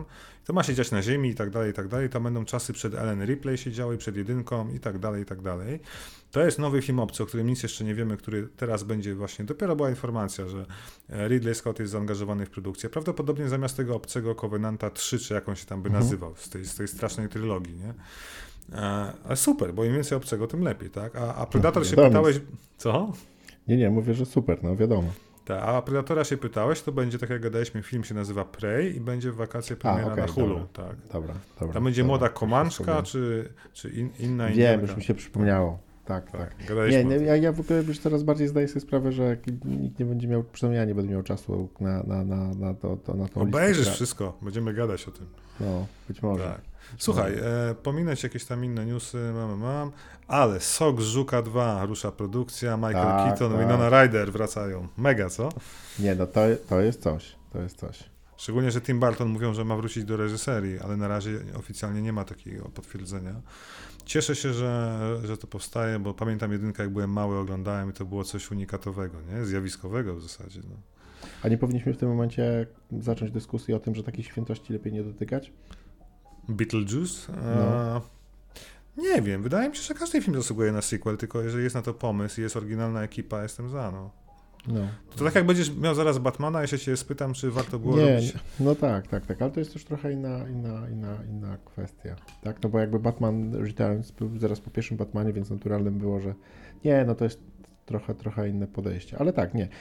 To ma się dziać na ziemi i tak dalej, to będą czasy przed Ellen Ripley się działy, przed jedynką i tak dalej. To jest nowy film Obcy, o którym nic jeszcze nie wiemy, który teraz będzie właśnie, dopiero była informacja, że Ridley Scott jest zaangażowany w produkcję. Prawdopodobnie zamiast tego Obcego Covenanta 3, czy jak on się tam by nazywał, z tej strasznej trylogii, nie? Ale super, bo im więcej Obcego, tym lepiej, tak? A Predator się pytałeś... Co? Nie, mówię, że super, no wiadomo. Tak, a Predatora się pytałeś, to będzie, tak jak gadaliśmy, film się nazywa Prey i będzie w wakacje premiera na Hulu. Dobra, tak. Dobra. Tam będzie młoda Komanczka, czy inna Wiem, Indianka? już mi się przypomniało. Tak. Gadaliśmy Ja w ogóle już coraz bardziej zdaję sobie sprawę, że nikt nie będzie miał, przynajmniej ja nie będę miał czasu na to. Obejrzysz wszystko, będziemy gadać o tym. No, być może. Tak. Słuchaj, pominąć jakieś tam inne newsy, ale Sok z Żuka 2 rusza produkcja, Michael Keaton, Winona Ryder wracają. Mega, co? Nie, no to jest coś. Szczególnie, że Tim Burton mówią, że ma wrócić do reżyserii, ale na razie oficjalnie nie ma takiego potwierdzenia. Cieszę się, że to powstaje, bo pamiętam jedynkę, jak byłem mały, oglądałem i to było coś unikatowego, nie? Zjawiskowego w zasadzie. No. A nie powinniśmy w tym momencie zacząć dyskusję o tym, że takich świętości lepiej nie dotykać? Beetlejuice? No. Nie wiem, wydaje mi się, że każdy film zasługuje na sequel, tylko jeżeli jest na to pomysł i jest oryginalna ekipa, jestem za, no. To tak jak będziesz miał zaraz Batmana, ja się cię spytam, czy warto było robić... No tak, ale to jest już trochę inna kwestia, tak? No bo jakby Batman Returns był zaraz po pierwszym Batmanie, więc naturalnym było, że nie, no to jest trochę inne podejście, ale tak, nie.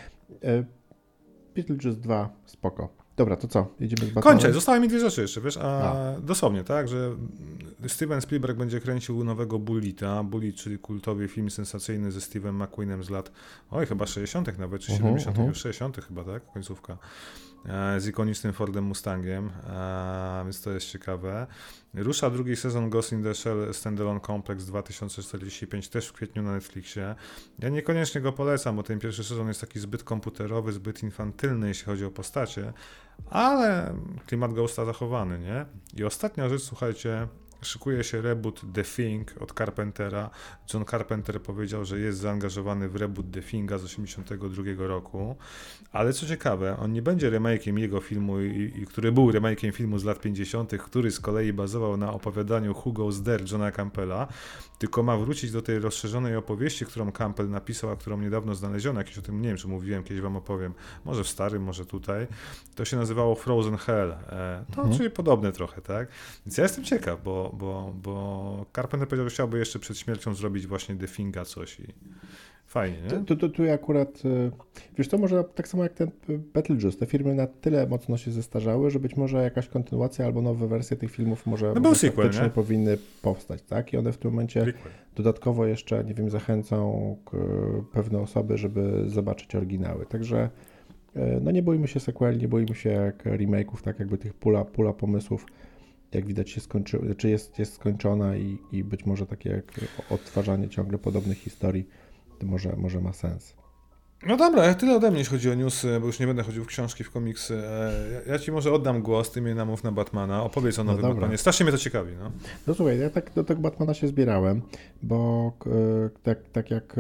Beetlejuice 2, spoko. Dobra, to co? Jedziemy z Batmanem? Kończę, zostały mi dwie rzeczy jeszcze, wiesz, dosłownie, tak, że Steven Spielberg będzie kręcił nowego Bullita, Bullitt, czyli kultowy film sensacyjny ze Steve'em McQueenem z lat, chyba 60 nawet, czy 70 już 60 chyba, tak, końcówka, z ikonicznym Fordem Mustangiem, więc to jest ciekawe. Rusza drugi sezon Ghost in the Shell Standalone Complex 2045, też w kwietniu na Netflixie. Ja niekoniecznie go polecam, bo ten pierwszy sezon jest taki zbyt komputerowy, zbyt infantylny, jeśli chodzi o postacie, ale klimat Ghosta zachowany, nie? I ostatnia rzecz, słuchajcie, szykuje się reboot The Thing od Carpentera. John Carpenter powiedział, że jest zaangażowany w reboot The Thinga z 1982 roku, ale co ciekawe, on nie będzie remake'iem jego filmu, który był remake'iem filmu z lat 50., który z kolei bazował na opowiadaniu Who Goes There Johna Campbella, tylko ma wrócić do tej rozszerzonej opowieści, którą Campbell napisał, a którą niedawno znaleziono, jakiś o tym, nie wiem, czy mówiłem, kiedyś wam opowiem, może w starym, może tutaj. To się nazywało Frozen Hell. Czyli podobne trochę, tak? Więc ja jestem ciekaw, bo Carpenter powiedział, że chciałby jeszcze przed śmiercią zrobić właśnie The Thinga coś i fajnie, nie? Tu akurat, wiesz co, może tak samo jak ten Beetlejuice, te filmy na tyle mocno się zestarzały, że być może jakaś kontynuacja albo nowe wersje tych filmów może sequel, powinny powstać, tak? I one w tym momencie dodatkowo jeszcze, nie wiem, zachęcą pewne osoby, żeby zobaczyć oryginały. Także no nie bójmy się sequeli, nie bójmy się remake'ów, tak jakby tych pula pomysłów, jak widać się skończyła, czy jest skończona i być może takie jak odtwarzanie ciągle podobnych historii, to może ma sens. No dobra, tyle ode mnie, jeśli chodzi o newsy, bo już nie będę chodził w książki, w komiksy. Ja ci może oddam głos, ty mnie namów na Batmana, opowiedz o nowym Batmanie. Strasznie mnie to ciekawi, no. No słuchaj, ja tak do tego Batmana się zbierałem, bo tak jak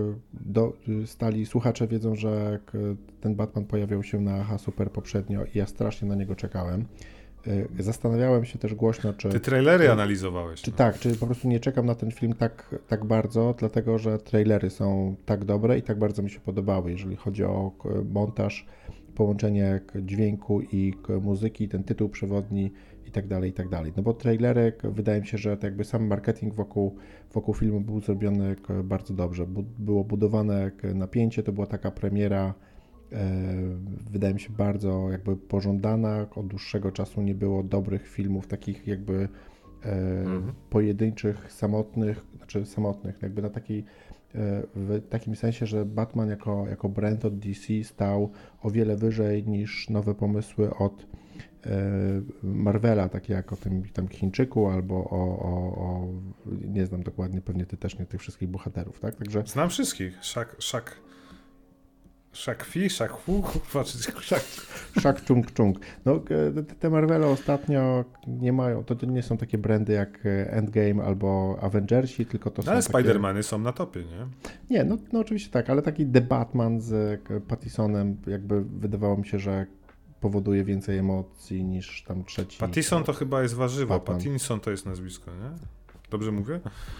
stali słuchacze wiedzą, że ten Batman pojawiał się na AHA Super poprzednio i ja strasznie na niego czekałem. Zastanawiałem się też głośno, czy... Ty trailery analizowałeś. Czy po prostu nie czekam na ten film tak bardzo, dlatego że trailery są tak dobre i tak bardzo mi się podobały, jeżeli chodzi o montaż, połączenie dźwięku i muzyki, ten tytuł przewodni i tak dalej. No bo trailery, wydaje mi się, że to jakby sam marketing wokół filmu był zrobiony bardzo dobrze. Było budowane napięcie, to była taka premiera, wydaje mi się bardzo jakby pożądana. Od dłuższego czasu nie było dobrych filmów, takich jakby pojedynczych, samotnych, jakby na takiej, w takim sensie, że Batman jako brand od DC stał o wiele wyżej niż nowe pomysły od Marvela, takie jak o tym tam Chińczyku albo o nie znam dokładnie, pewnie ty też nie tych wszystkich bohaterów, tak? Także znam wszystkich. Shak Chung Chung. No, te Marvele ostatnio nie mają, to nie są takie brandy jak Endgame albo Avengersi, tylko to są ale takie... Spider-Many są na topie, nie? Nie, no oczywiście tak, ale taki The Batman z Pattisonem jakby wydawało mi się, że powoduje więcej emocji niż tam trzeci. Pattison to chyba jest warzywo, Batman. Pattinson to jest nazwisko, nie? Dobrze mówię?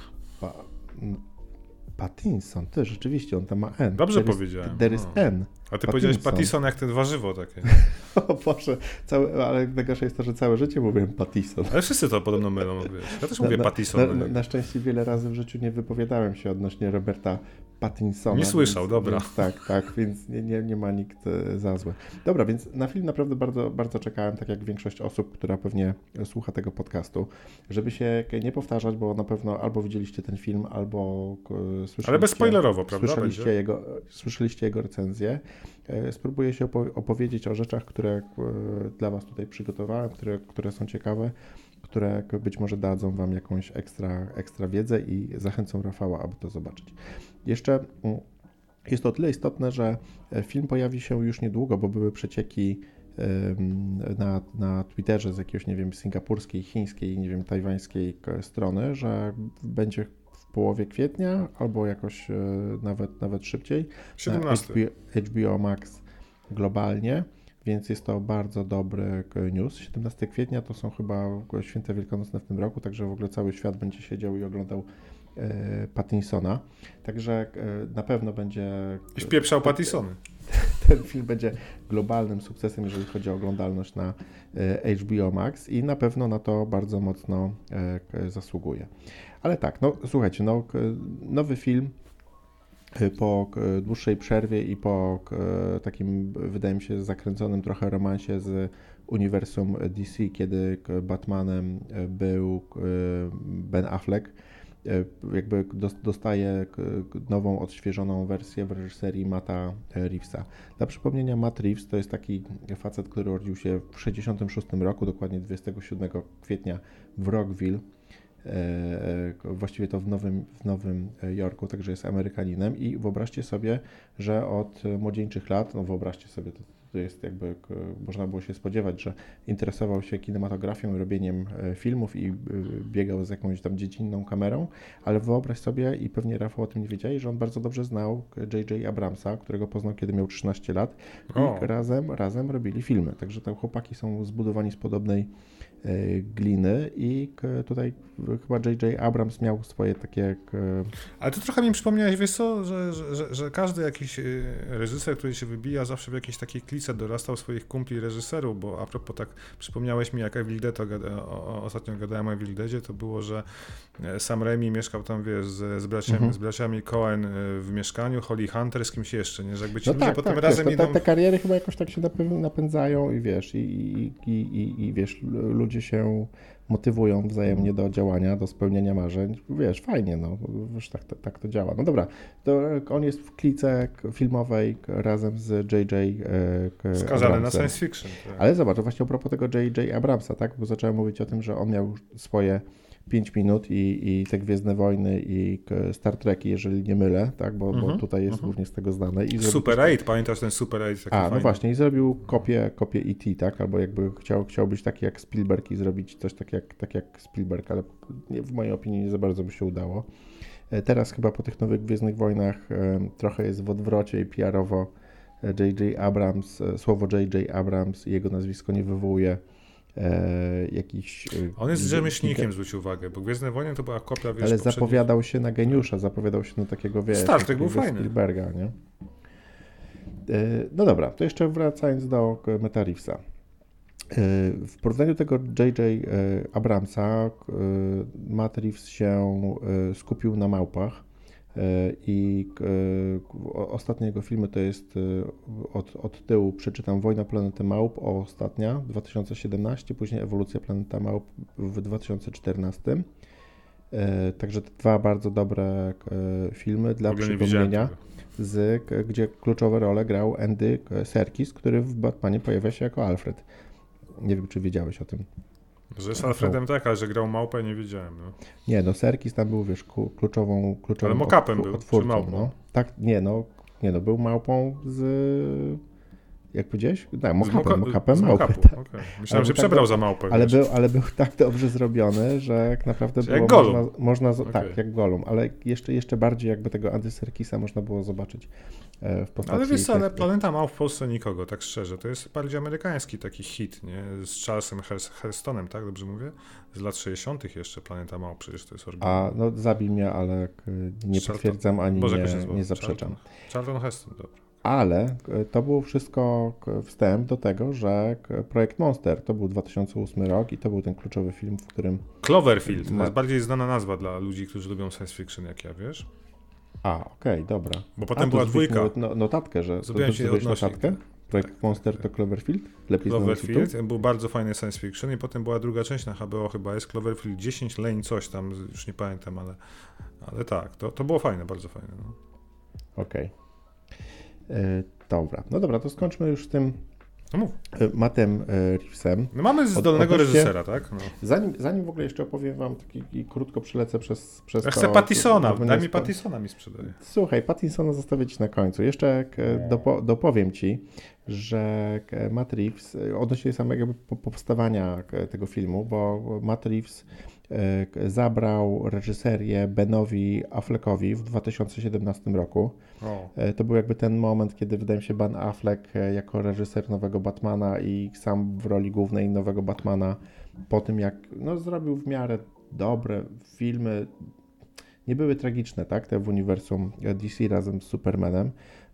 Pattinson, ty rzeczywiście, on tam ma N. Dobrze powiedziałem. There is N. A ty powiedziałeś Pattison jak ten warzywo takie. O Boże, ale najgorsze jest to, że całe życie mówiłem Pattison. Ale wszyscy to podobno mylą, wiesz. Ja też mówię Pattison. Na szczęście wiele razy w życiu nie wypowiadałem się odnośnie Roberta Pattinsona. Nie słyszał, dobra. Więc nie ma nikt za złe. Dobra, więc na film naprawdę bardzo, bardzo czekałem, tak jak większość osób, która pewnie słucha tego podcastu, żeby się nie powtarzać, bo na pewno albo widzieliście ten film, albo słyszeliście... Ale bezspoilerowo, prawda? Słyszeliście jego recenzję. Spróbuję się opowiedzieć o rzeczach, które dla Was tutaj przygotowałem, które są ciekawe, które być może dadzą Wam jakąś ekstra wiedzę i zachęcą Rafała, aby to zobaczyć. Jeszcze jest to o tyle istotne, że film pojawi się już niedługo, bo były przecieki na Twitterze z jakiegoś, nie wiem, singapurskiej, chińskiej, nie wiem, tajwańskiej strony, że będzie w połowie kwietnia albo jakoś nawet szybciej 17. na HBO Max globalnie, więc jest to bardzo dobry news. 17 kwietnia to są chyba święta wielkanocne w tym roku, także w ogóle cały świat będzie siedział i oglądał Pattinsona, także na pewno będzie... I wpieprzał Pattisony. Ten film będzie globalnym sukcesem, jeżeli chodzi o oglądalność na HBO Max i na pewno na to bardzo mocno zasługuje. Ale tak, no słuchajcie, nowy film po dłuższej przerwie i po takim, wydaje mi się, zakręconym trochę romansie z uniwersum DC, kiedy Batmanem był Ben Affleck, jakby dostaje nową, odświeżoną wersję w reżyserii Matta Reevesa. Dla przypomnienia, Matt Reeves to jest taki facet, który urodził się w 1966 roku, dokładnie 27 kwietnia w Rockville, właściwie to w Nowym Jorku, także jest Amerykaninem i wyobraźcie sobie, że od młodzieńczych lat, no wyobraźcie sobie, to jest jakby, można było się spodziewać, że interesował się kinematografią i robieniem filmów i biegał z jakąś tam dziecinną kamerą, ale wyobraź sobie, i pewnie Rafał o tym nie wiedział, że on bardzo dobrze znał J.J. Abramsa, którego poznał, kiedy miał 13 lat i razem robili filmy, także te chłopaki są zbudowani z podobnej gliny i tutaj chyba J.J. Abrams miał swoje takie... Ale to trochę mi przypomniałeś, wiesz co, że każdy jakiś reżyser, który się wybija, zawsze w jakiejś takiej klice dorastał swoich kumpli reżyserów, bo a propos tak przypomniałeś mi, jak Evil Dead, ostatnio gadałem o Evil Deadzie, to było, że Sam Raimi mieszkał tam, wiesz, z braciami Coen w mieszkaniu, Holly Hunter, z kimś jeszcze, nie? Że jakby ci ludzie potem razem wiesz, idą... Te kariery chyba jakoś tak się napędzają i wiesz, i wiesz, ludzie się motywują wzajemnie do działania, do spełnienia marzeń. Wiesz, fajnie, no, wiesz, tak to działa. No dobra, to on jest w klice filmowej razem z J.J. Skazany na science fiction. Tak. Ale zobacz, właśnie a propos tego J.J. Abramsa, tak, bo zacząłem mówić o tym, że on miał swoje 5 minut i te Gwiezdne Wojny i Star Treki, jeżeli nie mylę, tak, bo tutaj jest głównie z tego znane. I Super 8, pamiętasz ten Super 8? No właśnie, i zrobił kopię E.T., tak, albo jakby chciał być taki jak Spielberg i zrobić coś tak jak Spielberg, ale w mojej opinii nie za bardzo by się udało. Teraz chyba po tych nowych Gwiezdnych Wojnach trochę jest w odwrocie i PR-owo J.J. Abrams, słowo J.J. Abrams i jego nazwisko nie wywołuje jakiś... On jest rzemieślnikiem, zwróć uwagę, bo Gwiezdne Wojny to była kopia, wiesz, ale zapowiadał się na geniusza, zapowiadał się na takiego, wiesz, Star Trek był fajny. Spielberga, nie? No dobra, to jeszcze wracając do Matta Reevesa. W porównaniu tego J.J. Abramsa, Matt Reeves się skupił na małpach i ostatnie jego filmy to jest od tyłu przeczytam Wojna Planety Małp, ostatnia 2017, później Ewolucja Planeta Małp w 2014. Także dwa bardzo dobre filmy dla przypomnienia, gdzie kluczowe role grał Andy Serkis, który w Batmanie pojawia się jako Alfred. Nie wiem, czy wiedziałeś o tym. Że jest Alfredem tak, ale że grał małpę, nie wiedziałem. No. Nie, no Serkis tam był, wiesz, kluczową ale mock-upem był, otwórcą, czy małpą? No. Tak, nie no, był małpą z Jak powiedziałeś? Tak, mock-upem z małpy. mock-upu, Tak. okay. Myślałem, że przebrał za małpę. Ale był tak dobrze zrobiony, że jak naprawdę było jak Gollum. można tak, jak Gollum, ale jeszcze bardziej jakby tego Andy Serkisa można było zobaczyć w postaci... Ale wiesz co, ale Planeta Małp w Polsce nikogo, tak szczerze. To jest bardziej amerykański taki hit, nie? Z Charlesem Hestonem, tak? Dobrze mówię? Z lat 60. jeszcze Planeta Małp, przecież to jest oryginalne. No zabij mnie, ale nie potwierdzam ani nie zaprzeczam. Charlton Heston, dobra. Ale to było wszystko wstęp do tego, że Projekt Monster to był 2008 rok i to był ten kluczowy film, w którym... Cloverfield, to jest bardziej znana nazwa dla ludzi, którzy lubią science fiction jak ja, wiesz? Okej, dobra. Bo potem była dwójka. Notatkę, że... Zrobiłem ci notatkę? Projekt Monster to Cloverfield? Lepiej Cloverfield był bardzo fajny science fiction i potem była druga część na HBO chyba jest Cloverfield 10 Lane coś tam, już nie pamiętam, ale tak, to było fajne, bardzo fajne. No. Okej. Dobra. No dobra, to skończmy już z tym Mattem Reevesem. No mamy zdolnego reżysera, tak? No. Zanim w ogóle jeszcze opowiem wam i krótko przylecę przez ja chcę Pattisona, daj mi Pattisona mi sprzedaje. Słuchaj, Pattisona zostawię ci na końcu. Jeszcze dopowiem ci, że Matt Reeves, odnośnie samego powstawania tego filmu, bo Matt Reeves zabrał reżyserię Benowi Affleckowi w 2017 roku. To był jakby ten moment, kiedy wydaje mi się Ben Affleck jako reżyser nowego Batmana i sam w roli głównej nowego Batmana po tym jak zrobił w miarę dobre filmy, nie były tragiczne, tak, te w uniwersum DC razem z Supermanem.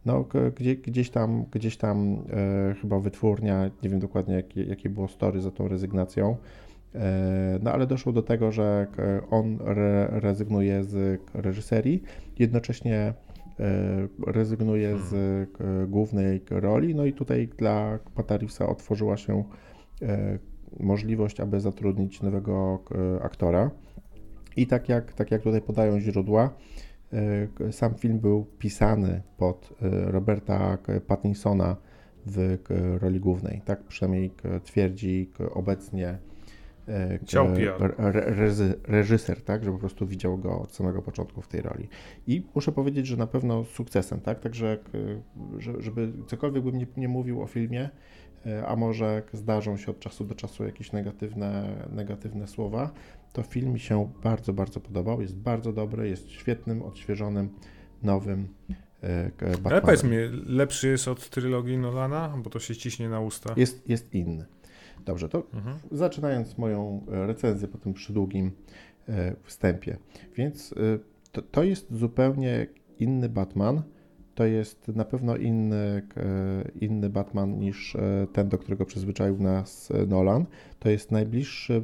Gdzieś tam chyba wytwórnia, nie wiem dokładnie jakie było story za tą rezygnacją, ale doszło do tego, że on rezygnuje z reżyserii, jednocześnie rezygnuje z głównej roli, no i tutaj dla Matta Reevesa otworzyła się możliwość, aby zatrudnić nowego aktora. I tak jak tutaj podają źródła, sam film był pisany pod Roberta Pattinsona w roli głównej. Tak przynajmniej twierdzi obecnie reżyser, tak, że po prostu widział go od samego początku w tej roli. I muszę powiedzieć, że na pewno sukcesem, tak, także żeby cokolwiek bym nie mówił o filmie, a może zdarzą się od czasu do czasu jakieś negatywne słowa, to film mi się bardzo, bardzo podobał, jest bardzo dobry, jest świetnym, odświeżonym, nowym Batmanem. Ale powiedz mi, lepszy jest od trylogii Nolana, bo to się ciśnie na usta? Jest inny. Dobrze, to zaczynając moją recenzję po tym przydługim wstępie. Więc to jest zupełnie inny Batman. To jest na pewno inny Batman niż ten, do którego przyzwyczaił nas Nolan. To jest najbliższy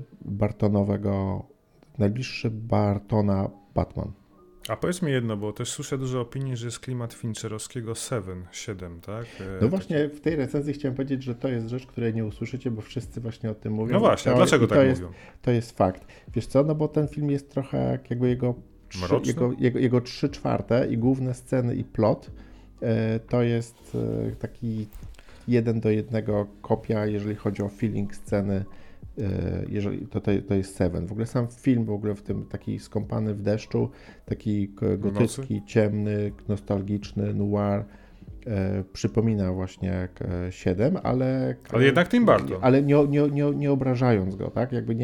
Bartona Batman. A powiedz mi jedno, bo też słyszę dużo opinii, że jest klimat Fincherowskiego 7, tak? No właśnie w tej recenzji chciałem powiedzieć, że to jest rzecz, której nie usłyszycie, bo wszyscy właśnie o tym mówią. No właśnie, a dlaczego tak mówią? To jest fakt. Wiesz co, no bo ten film jest trochę jakby jego 3/4 i główne sceny i plot to jest taki 1:1 kopia, jeżeli chodzi o feeling sceny, jeżeli to jest Seven. W ogóle sam film w ogóle w tym taki skąpany w deszczu, taki gotycki, ciemny, nostalgiczny, noir, przypomina właśnie 7, ale jednak Tim Burton. Ale nie obrażając go, tak? Jakby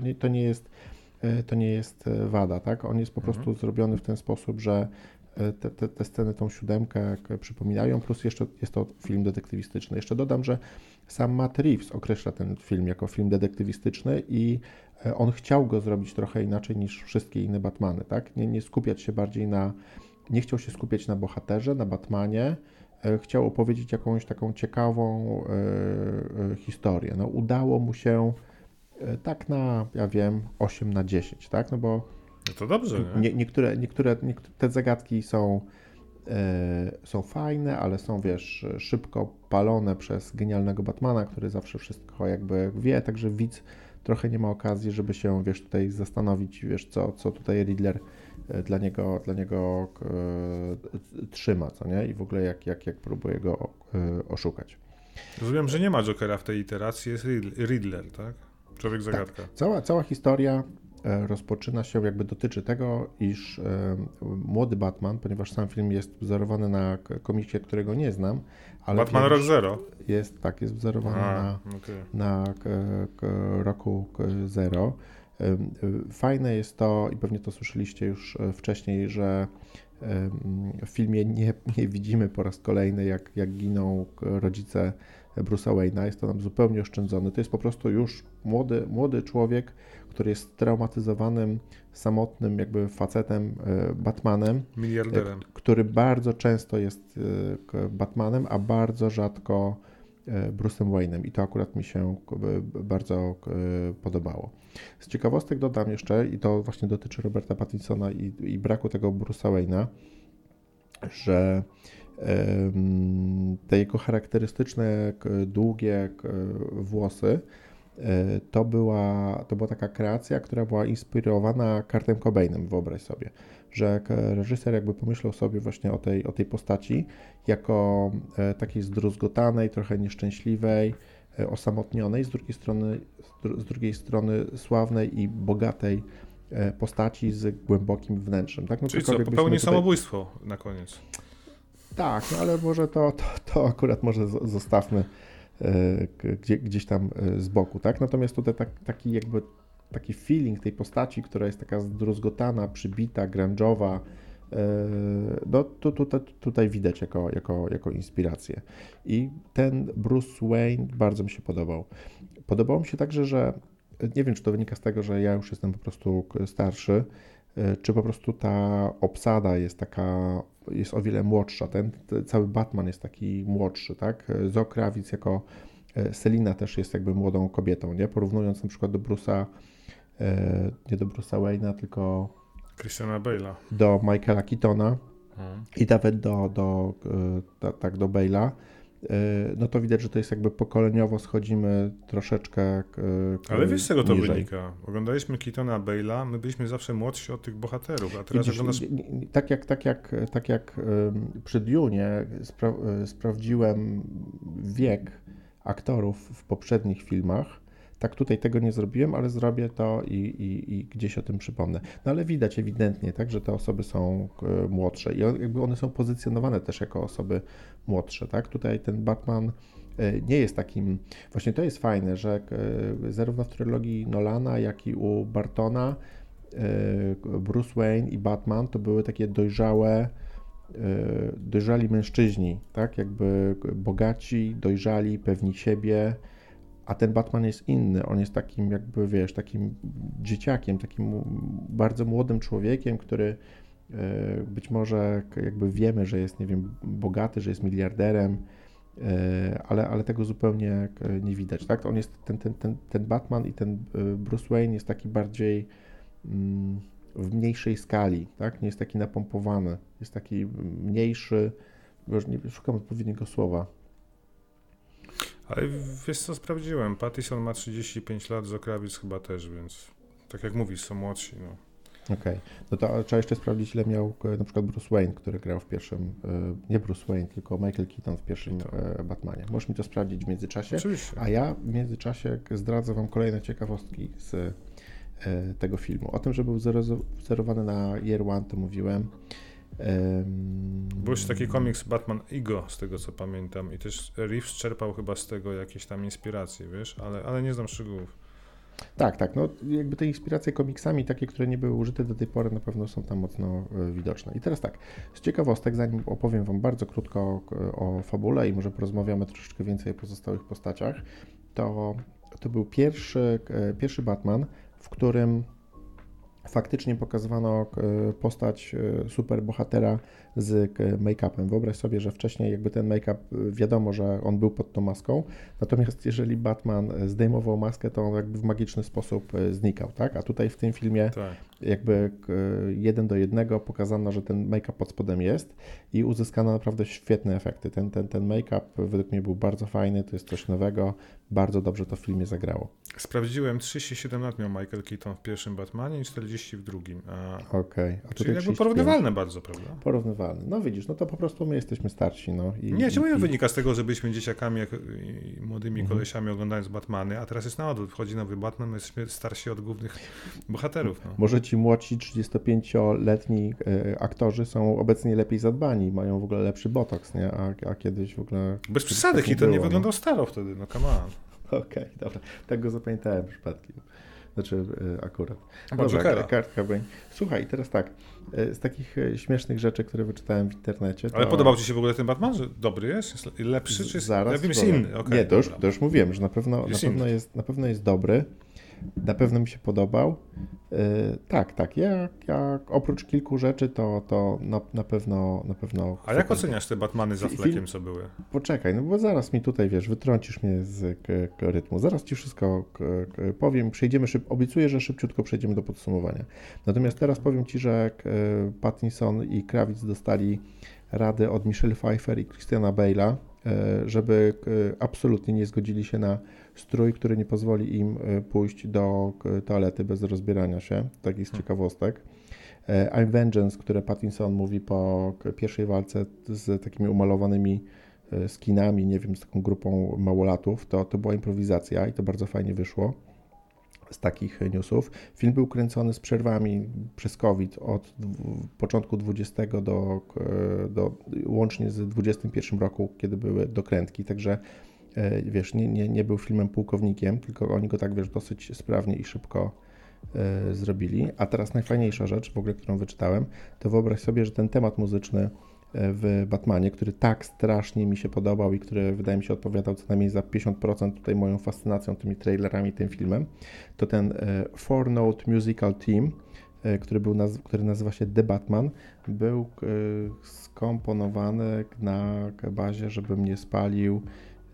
to nie jest wada, tak? On jest po prostu zrobiony w ten sposób, że te sceny tą 7 przypominają, plus jeszcze jest to film detektywistyczny. Jeszcze dodam, że sam Matt Reeves określa ten film jako film detektywistyczny i on chciał go zrobić trochę inaczej niż wszystkie inne Batmany, tak? Nie skupiać się bardziej nie chciał się skupiać na bohaterze, na Batmanie, chciał opowiedzieć jakąś taką ciekawą historię. No, udało mu się tak na, 8/10, tak? No bo no to dobrze, nie? Niektóre te zagadki są fajne, ale są, wiesz, szybko palone przez genialnego Batmana, który zawsze wszystko jakby wie, także widz trochę nie ma okazji, żeby się, wiesz, tutaj zastanowić, wiesz, co tutaj Riddler dla niego trzyma, co nie? I w ogóle jak próbuje go oszukać. Rozumiem, że nie ma Jokera w tej iteracji, jest Riddler, tak? Człowiek zagadka. Tak. Cała historia rozpoczyna się, jakby dotyczy tego, iż młody Batman, ponieważ sam film jest wzorowany na komiksie, którego nie znam, ale Batman Rok Zero. Jest wzorowany na roku Zero. Fajne jest to, i pewnie to słyszeliście już wcześniej, że w filmie nie widzimy po raz kolejny, jak giną rodzice Bruce'a Wayne'a. Jest to nam zupełnie oszczędzone. To jest po prostu już młody człowiek, który jest traumatyzowanym, samotnym jakby facetem, Batmanem. Miliarderem. Który bardzo często jest Batmanem, a bardzo rzadko Bruce'em Wayne'em. I to akurat mi się bardzo podobało. Z ciekawostek dodam jeszcze, i to właśnie dotyczy Roberta Pattinsona i braku tego Bruce'a Wayne'a, że te jego charakterystyczne, długie włosy to była taka kreacja, która była inspirowana Kurtem Cobainem, wyobraź sobie, że reżyser jakby pomyślał sobie właśnie o tej postaci jako takiej zdruzgotanej, trochę nieszczęśliwej, osamotnionej, z drugiej strony sławnej i bogatej postaci z głębokim wnętrzem. Tak? No, czyli co, popełni samobójstwo na koniec. Tak, no ale może to akurat może zostawmy gdzieś tam z boku, tak? Natomiast tutaj taki feeling tej postaci, która jest taka zdruzgotana, przybita, grunge'owa, no tutaj widać jako inspirację. I ten Bruce Wayne bardzo mi się podobał. Podobało mi się także, że nie wiem, czy to wynika z tego, że ja już jestem po prostu starszy, czy po prostu ta obsada jest o wiele młodsza. Ten cały Batman jest taki młodszy, tak? Zoe Kravitz jako Selina też jest jakby młodą kobietą, nie? Porównując na przykład do Bruce'a, nie do Bruce'a Wayne'a, tylko Christiana Bale'a. Do Michaela Keatona i nawet do Bale'a. No to widać, że to jest jakby pokoleniowo schodzimy troszeczkę ale wiesz, z czego to niżej. wynika? Oglądaliśmy Keatona, Bale'a, my byliśmy zawsze młodsi od tych bohaterów, a teraz oglądasz... Tak jak przy Dune'ie sprawdziłem wiek aktorów w poprzednich filmach, tak tutaj tego nie zrobiłem, ale zrobię to i gdzieś o tym przypomnę. No ale widać ewidentnie, tak, że te osoby są młodsze i jakby one są pozycjonowane też jako osoby młodsze, tak. Tutaj ten Batman nie jest takim, właśnie to jest fajne, że zarówno w trylogii Nolana, jak i u Bartona Bruce Wayne i Batman to były takie dojrzali mężczyźni, tak, jakby bogaci, dojrzali, pewni siebie. A ten Batman jest inny, on jest takim jakby, wiesz, takim dzieciakiem, takim bardzo młodym człowiekiem, który być może jakby wiemy, że jest, nie wiem, bogaty, że jest miliarderem, ale tego zupełnie nie widać, tak? On jest, ten Batman i ten Bruce Wayne jest taki bardziej w mniejszej skali, tak? Nie jest taki napompowany, jest taki mniejszy, już nie szukam odpowiedniego słowa. Ale wiesz co, sprawdziłem, Pattison ma 35 lat, Zoe Kravitz chyba też, więc tak jak mówisz, są młodsi. No. Okej. No to trzeba jeszcze sprawdzić, ile miał na przykład Bruce Wayne, który grał w pierwszym, nie Bruce Wayne, tylko Michael Keaton w pierwszym Batmanie. Możesz mi to sprawdzić w międzyczasie. Oczywiście. A ja w międzyczasie zdradzę Wam kolejne ciekawostki z tego filmu. O tym, że był wzorowany na Year One, to mówiłem. Był już taki komiks Batman Ego, z tego co pamiętam, i też Reeves czerpał chyba z tego jakieś tam inspiracje, wiesz, ale nie znam szczegółów. Tak, no jakby te inspiracje komiksami, takie, które nie były użyte do tej pory, na pewno są tam mocno widoczne. I teraz tak, z ciekawostek, zanim opowiem Wam bardzo krótko o fabule i może porozmawiamy troszeczkę więcej o pozostałych postaciach, to był pierwszy Batman, w którym faktycznie pokazywano postać superbohatera z make-upem. Wyobraź sobie, że wcześniej jakby ten make-up, wiadomo, że on był pod tą maską, natomiast jeżeli Batman zdejmował maskę, to on jakby w magiczny sposób znikał, tak? A tutaj w tym filmie jakby 1:1 pokazano, że ten make-up pod spodem jest i uzyskano naprawdę świetne efekty. Ten make-up według mnie był bardzo fajny, to jest coś nowego, bardzo dobrze to w filmie zagrało. Sprawdziłem, 37 lat miał Michael Keaton w pierwszym Batmanie i 40 w drugim. Okej. Czyli jakby porównywalne bardzo, prawda? Porównywalne. No widzisz, no to po prostu my jesteśmy starsi. No, Czemu wynika z tego, że byliśmy dzieciakami i młodymi kolesiami oglądając Batmany, a teraz jest na odwrót. Wchodzi nowy Batman, my jesteśmy starsi od głównych bohaterów. No. Może ci młodsi 35-letni aktorzy są obecnie lepiej zadbani, mają w ogóle lepszy botoks, nie? A kiedyś w ogóle... Bez przesady, Keaton nie wyglądał staro wtedy, no come on. Okej, dobra. Tak go zapamiętałem przypadkiem. Znaczy akurat. Dobra, kartka Brain. Słuchaj, teraz tak, z takich śmiesznych rzeczy, które wyczytałem w internecie... Ale podobał ci się w ogóle ten Batman, że dobry jest lepszy, czy jest inny? Okay, nie, to już mówiłem, że na pewno jest dobry. Na pewno mi się podobał. Tak. Ja oprócz kilku rzeczy to na pewno. A jak oceniasz te Batmany z Affleckiem, co były? Poczekaj, no bo zaraz mi tutaj, wytrącisz mnie z rytmu. Zaraz ci wszystko powiem. Obiecuję, że szybciutko przejdziemy do podsumowania. Natomiast teraz powiem ci, że Pattinson i Kravic dostali radę od Michelle Pfeiffer i Christiana Bale'a, żeby absolutnie nie zgodzili się na strój, który nie pozwoli im pójść do toalety bez rozbierania się. Takich z ciekawostek. I'm Vengeance, które Pattinson mówi po pierwszej walce z takimi umalowanymi skinami, nie wiem, z taką grupą małolatów, to była improwizacja i to bardzo fajnie wyszło z takich newsów. Film był kręcony z przerwami przez COVID od początku 20 do łącznie z 21 roku, kiedy były dokrętki, także wiesz, nie był filmem pułkownikiem, tylko oni go tak, wiesz, dosyć sprawnie i szybko zrobili. A teraz najfajniejsza rzecz, w ogóle, którą wyczytałem, to wyobraź sobie, że ten temat muzyczny w Batmanie, który tak strasznie mi się podobał i który wydaje mi się odpowiadał co najmniej za 50% tutaj moją fascynacją tymi trailerami, tym filmem, to ten Four Note Musical Theme, który nazywa się The Batman, był skomponowany na bazie, żebym nie spalił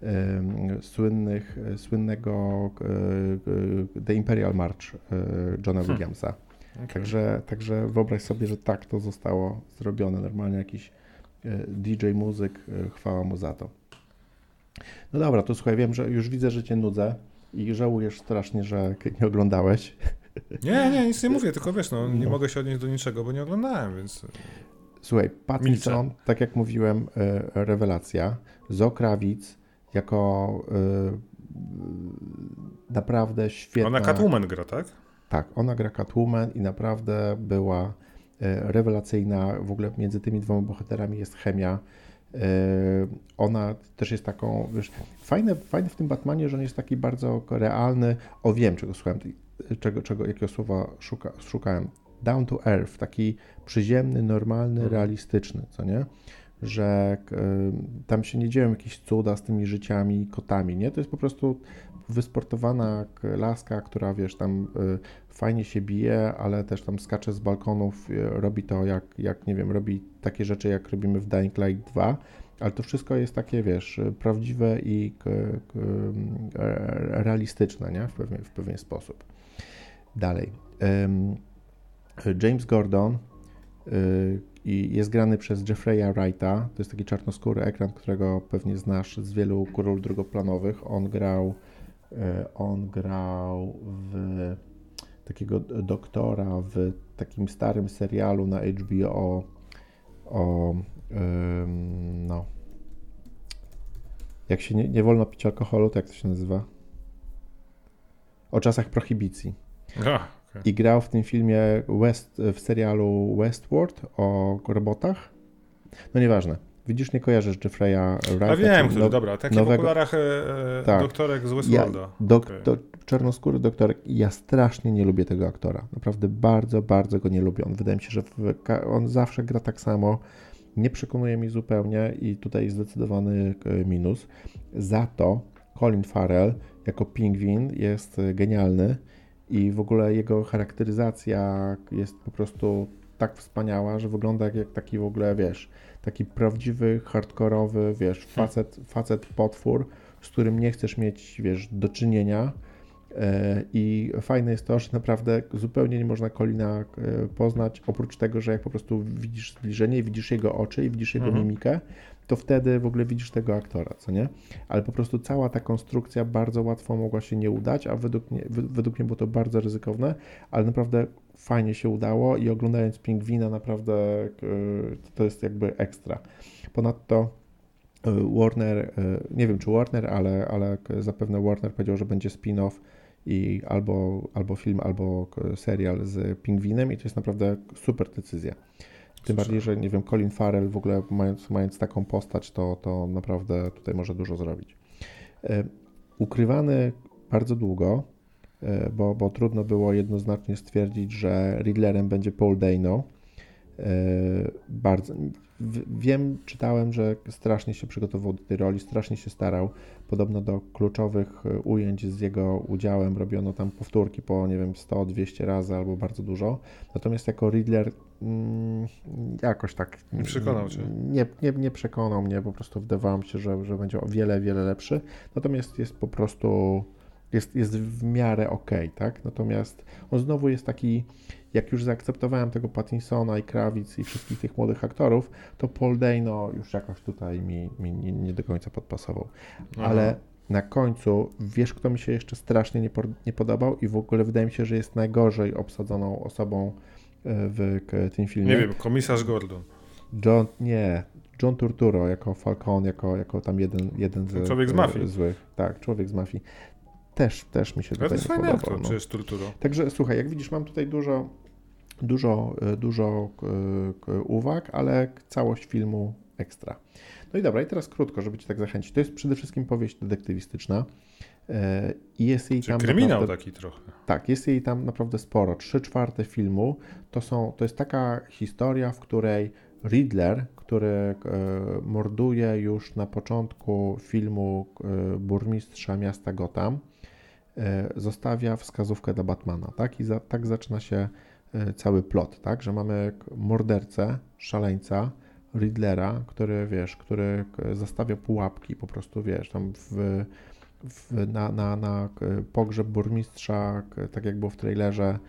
słynnego The Imperial March Johna Williamsa. Okay. Także wyobraź sobie, że tak to zostało zrobione. Normalnie jakiś DJ muzyk, chwała mu za to. No dobra, to słuchaj, wiem, że już widzę, że cię nudzę i żałujesz strasznie, że nie oglądałeś. Nie, nic nie mówię, tylko wiesz, nie mogę się odnieść do niczego, bo nie oglądałem, więc... Słuchaj, Pattinson, tak jak mówiłem, rewelacja. Zoe Kravitz jako naprawdę świetna... Ona Catwoman gra, tak? Tak, ona gra Catwoman i naprawdę była rewelacyjna. W ogóle między tymi dwoma bohaterami jest chemia. Ona też jest taką, wiesz, fajne w tym Batmanie, że on jest taki bardzo realny. Wiem, czego słuchałem, jakiego słowa szukałem. Down to earth, taki przyziemny, normalny, realistyczny, co nie? Że tam się nie dzieją jakieś cuda z tymi życiami, kotami, nie? To jest po prostu wysportowana laska, która, wiesz, tam fajnie się bije, ale też tam skacze z balkonów, robi to jak nie wiem, robi takie rzeczy, jak robimy w Dying Light 2, ale to wszystko jest takie, wiesz, prawdziwe i realistyczne, nie? W pewien sposób. Dalej. James Gordon i jest grany przez Jeffrey'a Wrighta. To jest taki czarnoskóry ekran, którego pewnie znasz z wielu ról drugoplanowych. On grał w takiego doktora w takim starym serialu na HBO jak się nie wolno pić alkoholu, to jak to się nazywa? O czasach prohibicji. Okay. I grał w tym filmie w serialu Westworld o robotach. No nieważne. Widzisz, nie kojarzysz Jeffrey'a Wrighta. A wiem, który, dobra, taki w okularach tak. doktorek z Westworlda. Czarnoskóry doktorek. Ja strasznie nie lubię tego aktora. Naprawdę bardzo, bardzo go nie lubię. Wydaje mi się, że on zawsze gra tak samo. Nie przekonuje mi zupełnie i tutaj zdecydowany minus. Za to Colin Farrell jako pingwin jest genialny. I w ogóle jego charakteryzacja jest po prostu tak wspaniała, że wygląda jak taki w ogóle, wiesz, taki prawdziwy, hardkorowy, wiesz, facet potwór, z którym nie chcesz mieć, wiesz, do czynienia, I fajne jest to, że naprawdę zupełnie nie można Colina poznać, oprócz tego, że jak po prostu widzisz zbliżenie, widzisz jego oczy i widzisz jego mimikę, to wtedy w ogóle widzisz tego aktora, co nie? Ale po prostu cała ta konstrukcja bardzo łatwo mogła się nie udać, a według mnie było to bardzo ryzykowne, ale naprawdę fajnie się udało i oglądając Pingwina naprawdę to jest jakby ekstra. Ponadto Warner, nie wiem czy Warner, ale zapewne Warner powiedział, że będzie spin-off i albo film, albo serial z Pingwinem i to jest naprawdę super decyzja. Tym bardziej, że nie wiem, Colin Farrell w ogóle mając taką postać, to naprawdę tutaj może dużo zrobić. Ukrywany bardzo długo, bo trudno było jednoznacznie stwierdzić, że Riddlerem będzie Paul Dano. Bardzo wiem, czytałem, że strasznie się przygotował do tej roli, strasznie się starał. Podobno do kluczowych ujęć z jego udziałem robiono tam powtórki po, nie wiem, 100-200 razy albo bardzo dużo. Natomiast jako Riddler jakoś tak Nie przekonał cię. Nie przekonał mnie, po prostu wydawało mi się, że będzie o wiele, wiele lepszy. Natomiast jest po prostu jest w miarę okej, tak? Natomiast on znowu jest taki, jak już zaakceptowałem tego Pattinsona i Krawic i wszystkich tych młodych aktorów, to Paul Dano już jakoś tutaj mi nie do końca podpasował. Ale na końcu, wiesz, kto mi się jeszcze strasznie nie podobał i w ogóle wydaje mi się, że jest najgorzej obsadzoną osobą w tym filmie. Nie wiem, komisarz Gordon. John Turturro jako Falcon, jako tam jeden z człowiek z mafii. Złych. Tak, człowiek z mafii. Też mi się Ale to tutaj jest nie fajny podobał. aktor, przecież Turturro. Także słuchaj, jak widzisz, mam tutaj dużo uwag, ale całość filmu ekstra. No i dobra, i teraz krótko, żeby Cię tak zachęcić. To jest przede wszystkim powieść detektywistyczna i jest jej tam kryminał naprawdę, taki trochę. Tak, jest jej tam naprawdę sporo. 3/4 filmu to jest taka historia, w której Riddler, który morduje już na początku filmu burmistrza miasta Gotham, zostawia wskazówkę dla Batmana, tak? I tak zaczyna się cały plot, tak? Że mamy mordercę, szaleńca, Riddlera, który zostawia pułapki, po prostu, tam na pogrzeb burmistrza, tak jak było w trailerze,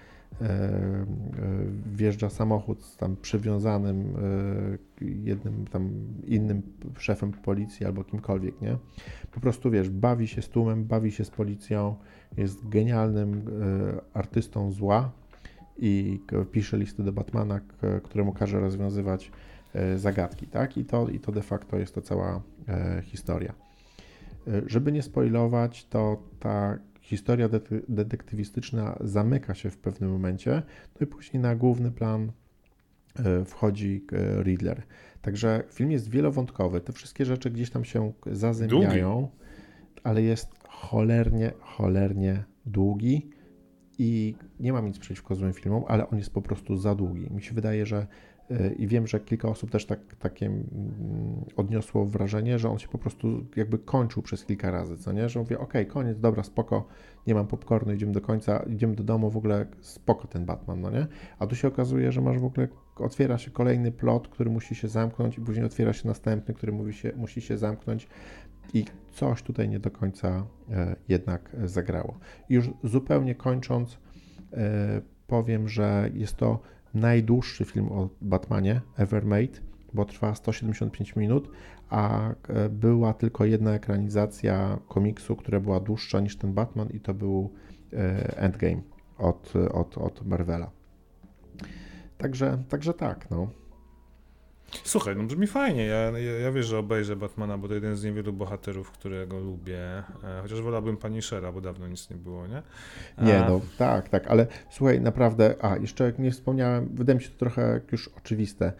wjeżdża samochód z tam przywiązanym jednym tam innym szefem policji albo kimkolwiek, nie? Po prostu, bawi się z tłumem, bawi się z policją, jest genialnym artystą zła i pisze listy do Batmana, któremu każe rozwiązywać zagadki, tak? I to de facto jest to cała historia. Żeby nie spoilować, to ta historia detektywistyczna zamyka się w pewnym momencie, no i później na główny plan wchodzi Riddler. Także film jest wielowątkowy, te wszystkie rzeczy gdzieś tam się zazębiają, ale jest cholernie długi i nie mam nic przeciwko złym filmom, ale on jest po prostu za długi. Mi się wydaje, że i wiem, że kilka osób też takie odniosło wrażenie, że on się po prostu jakby kończył przez kilka razy, co nie? Że mówię, okej, koniec, dobra, spoko, nie mam popcornu, idziemy do końca, idziemy do domu, w ogóle spoko ten Batman, no nie? A tu się okazuje, że masz w ogóle, otwiera się kolejny plot, który musi się zamknąć i później otwiera się następny, który musi się zamknąć i coś tutaj nie do końca jednak zagrało. I już zupełnie kończąc, powiem, że jest to najdłuższy film o Batmanie ever made, bo trwa 175 minut, a była tylko jedna ekranizacja komiksu, która była dłuższa niż ten Batman i to był Endgame od Marvela. Także tak, no. Słuchaj, no brzmi fajnie. Ja wiesz, że obejrzę Batmana, bo to jeden z niewielu bohaterów, którego lubię. Chociaż wolałbym Punishera, bo dawno nic nie było, nie? Nie, no tak, ale słuchaj, naprawdę, jeszcze jak nie wspomniałem, wydaje mi się to trochę już oczywiste,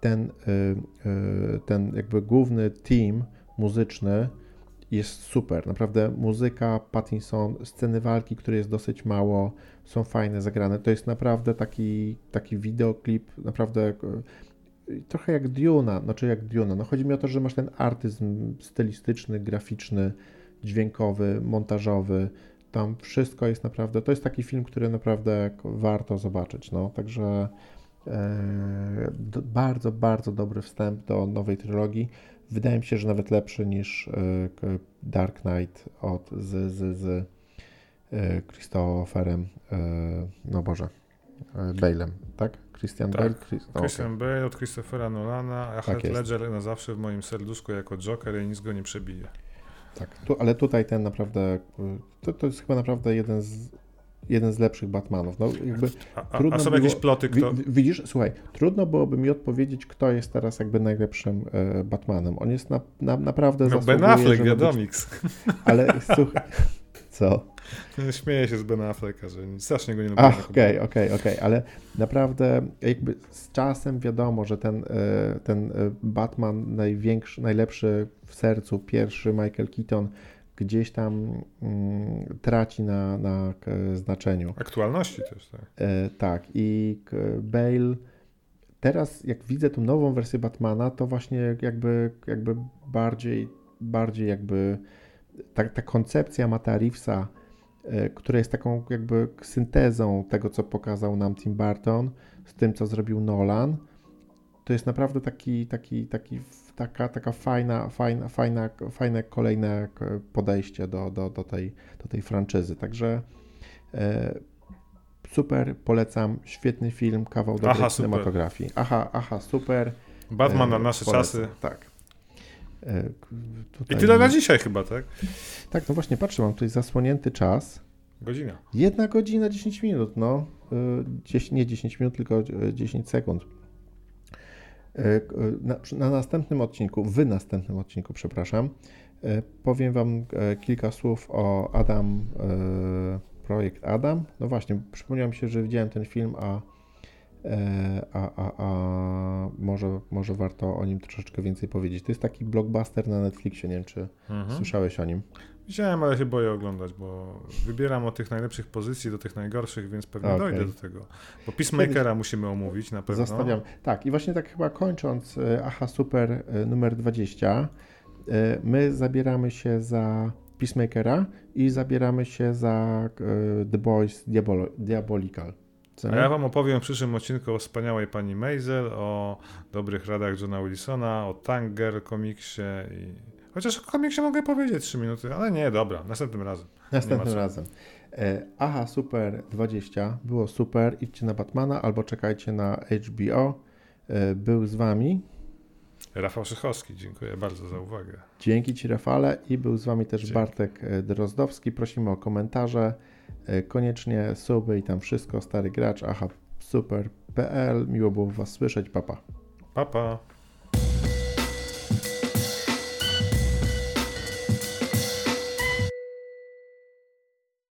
ten jakby główny team muzyczny jest super, naprawdę muzyka, Pattinson, sceny walki, które jest dosyć mało, są fajne, zagrane, to jest naprawdę taki wideoklip, naprawdę trochę jak Duna, no chodzi mi o to, że masz ten artyzm stylistyczny, graficzny, dźwiękowy, montażowy, tam wszystko jest naprawdę, to jest taki film, który naprawdę warto zobaczyć, no, także bardzo, bardzo dobry wstęp do nowej trylogii, wydaje mi się, że nawet lepszy niż Dark Knight Christopherem, no Boże, Bale'em, tak? Christian Tak. Bale? Christian Bale od Christophera Nolana, a Heath jest. Ledger na zawsze w moim serduszku jako Joker i nic go nie przebije. Tak, ale tutaj ten naprawdę, to jest chyba naprawdę jeden z lepszych Batmanów. No, jakby A są jakieś ploty, kto... Widzisz, słuchaj, trudno byłoby mi odpowiedzieć, kto jest teraz jakby najlepszym Batmanem. On jest naprawdę zasługuje, Ben Affleck, żeby wiadomiks. Ale słuchaj, co? Śmieję się z Ben Afflecka, że strasznie go nie lubię. Okej, ale naprawdę jakby z czasem wiadomo, że ten Batman najlepszy w sercu, pierwszy Michael Keaton gdzieś tam traci na znaczeniu. Aktualności też, tak. Tak, i Bale, teraz jak widzę tą nową wersję Batmana, to właśnie jakby bardziej jakby ta koncepcja Matta Reevesa, która jest taką jakby syntezą tego, co pokazał nam Tim Burton z tym, co zrobił Nolan, to jest naprawdę taka fajne kolejne podejście do tej franczyzy. Także super, polecam, świetny film, kawał dobrej kinematografii. Aha, super. Batman na nasze czasy. Tak. I tyle na dzisiaj chyba, tak? Tak, no właśnie, patrzę, mam tutaj zasłonięty czas. Godzina. 1 godzina 10 minut, no. Nie 10 minut, tylko 10 sekund. Na następnym odcinku, przepraszam, powiem Wam kilka słów o projekt Adam. No właśnie, przypomniało mi się, że widziałem ten film, a może warto o nim troszeczkę więcej powiedzieć. To jest taki blockbuster na Netflixie, nie wiem, czy słyszałeś o nim. Widziałem, ale się boję oglądać, bo wybieram od tych najlepszych pozycji do tych najgorszych, więc pewnie dojdę do tego. Bo Peacemakera musimy omówić na pewno. Zostawiam. Tak, i właśnie tak chyba kończąc, super numer 20, my zabieramy się za Peacemakera i zabieramy się za The Boys Diabolical. A ja Wam opowiem w przyszłym odcinku o wspaniałej pani Maisel, o dobrych radach Johna Wilsona, o Tanger komiksie i... Chociaż o komiksie mogę powiedzieć 3 minuty, ale nie, dobra, następnym razem. Super 20, było super, idźcie na Batmana albo czekajcie na HBO. Był z Wami Rafał Szychowski, dziękuję bardzo za uwagę. Dzięki Ci, Rafale, i był z Wami też Bartek Drozdowski. Prosimy o komentarze, koniecznie suby i tam wszystko, stary gracz, super.pl. Miło było Was słyszeć, papa. Pa.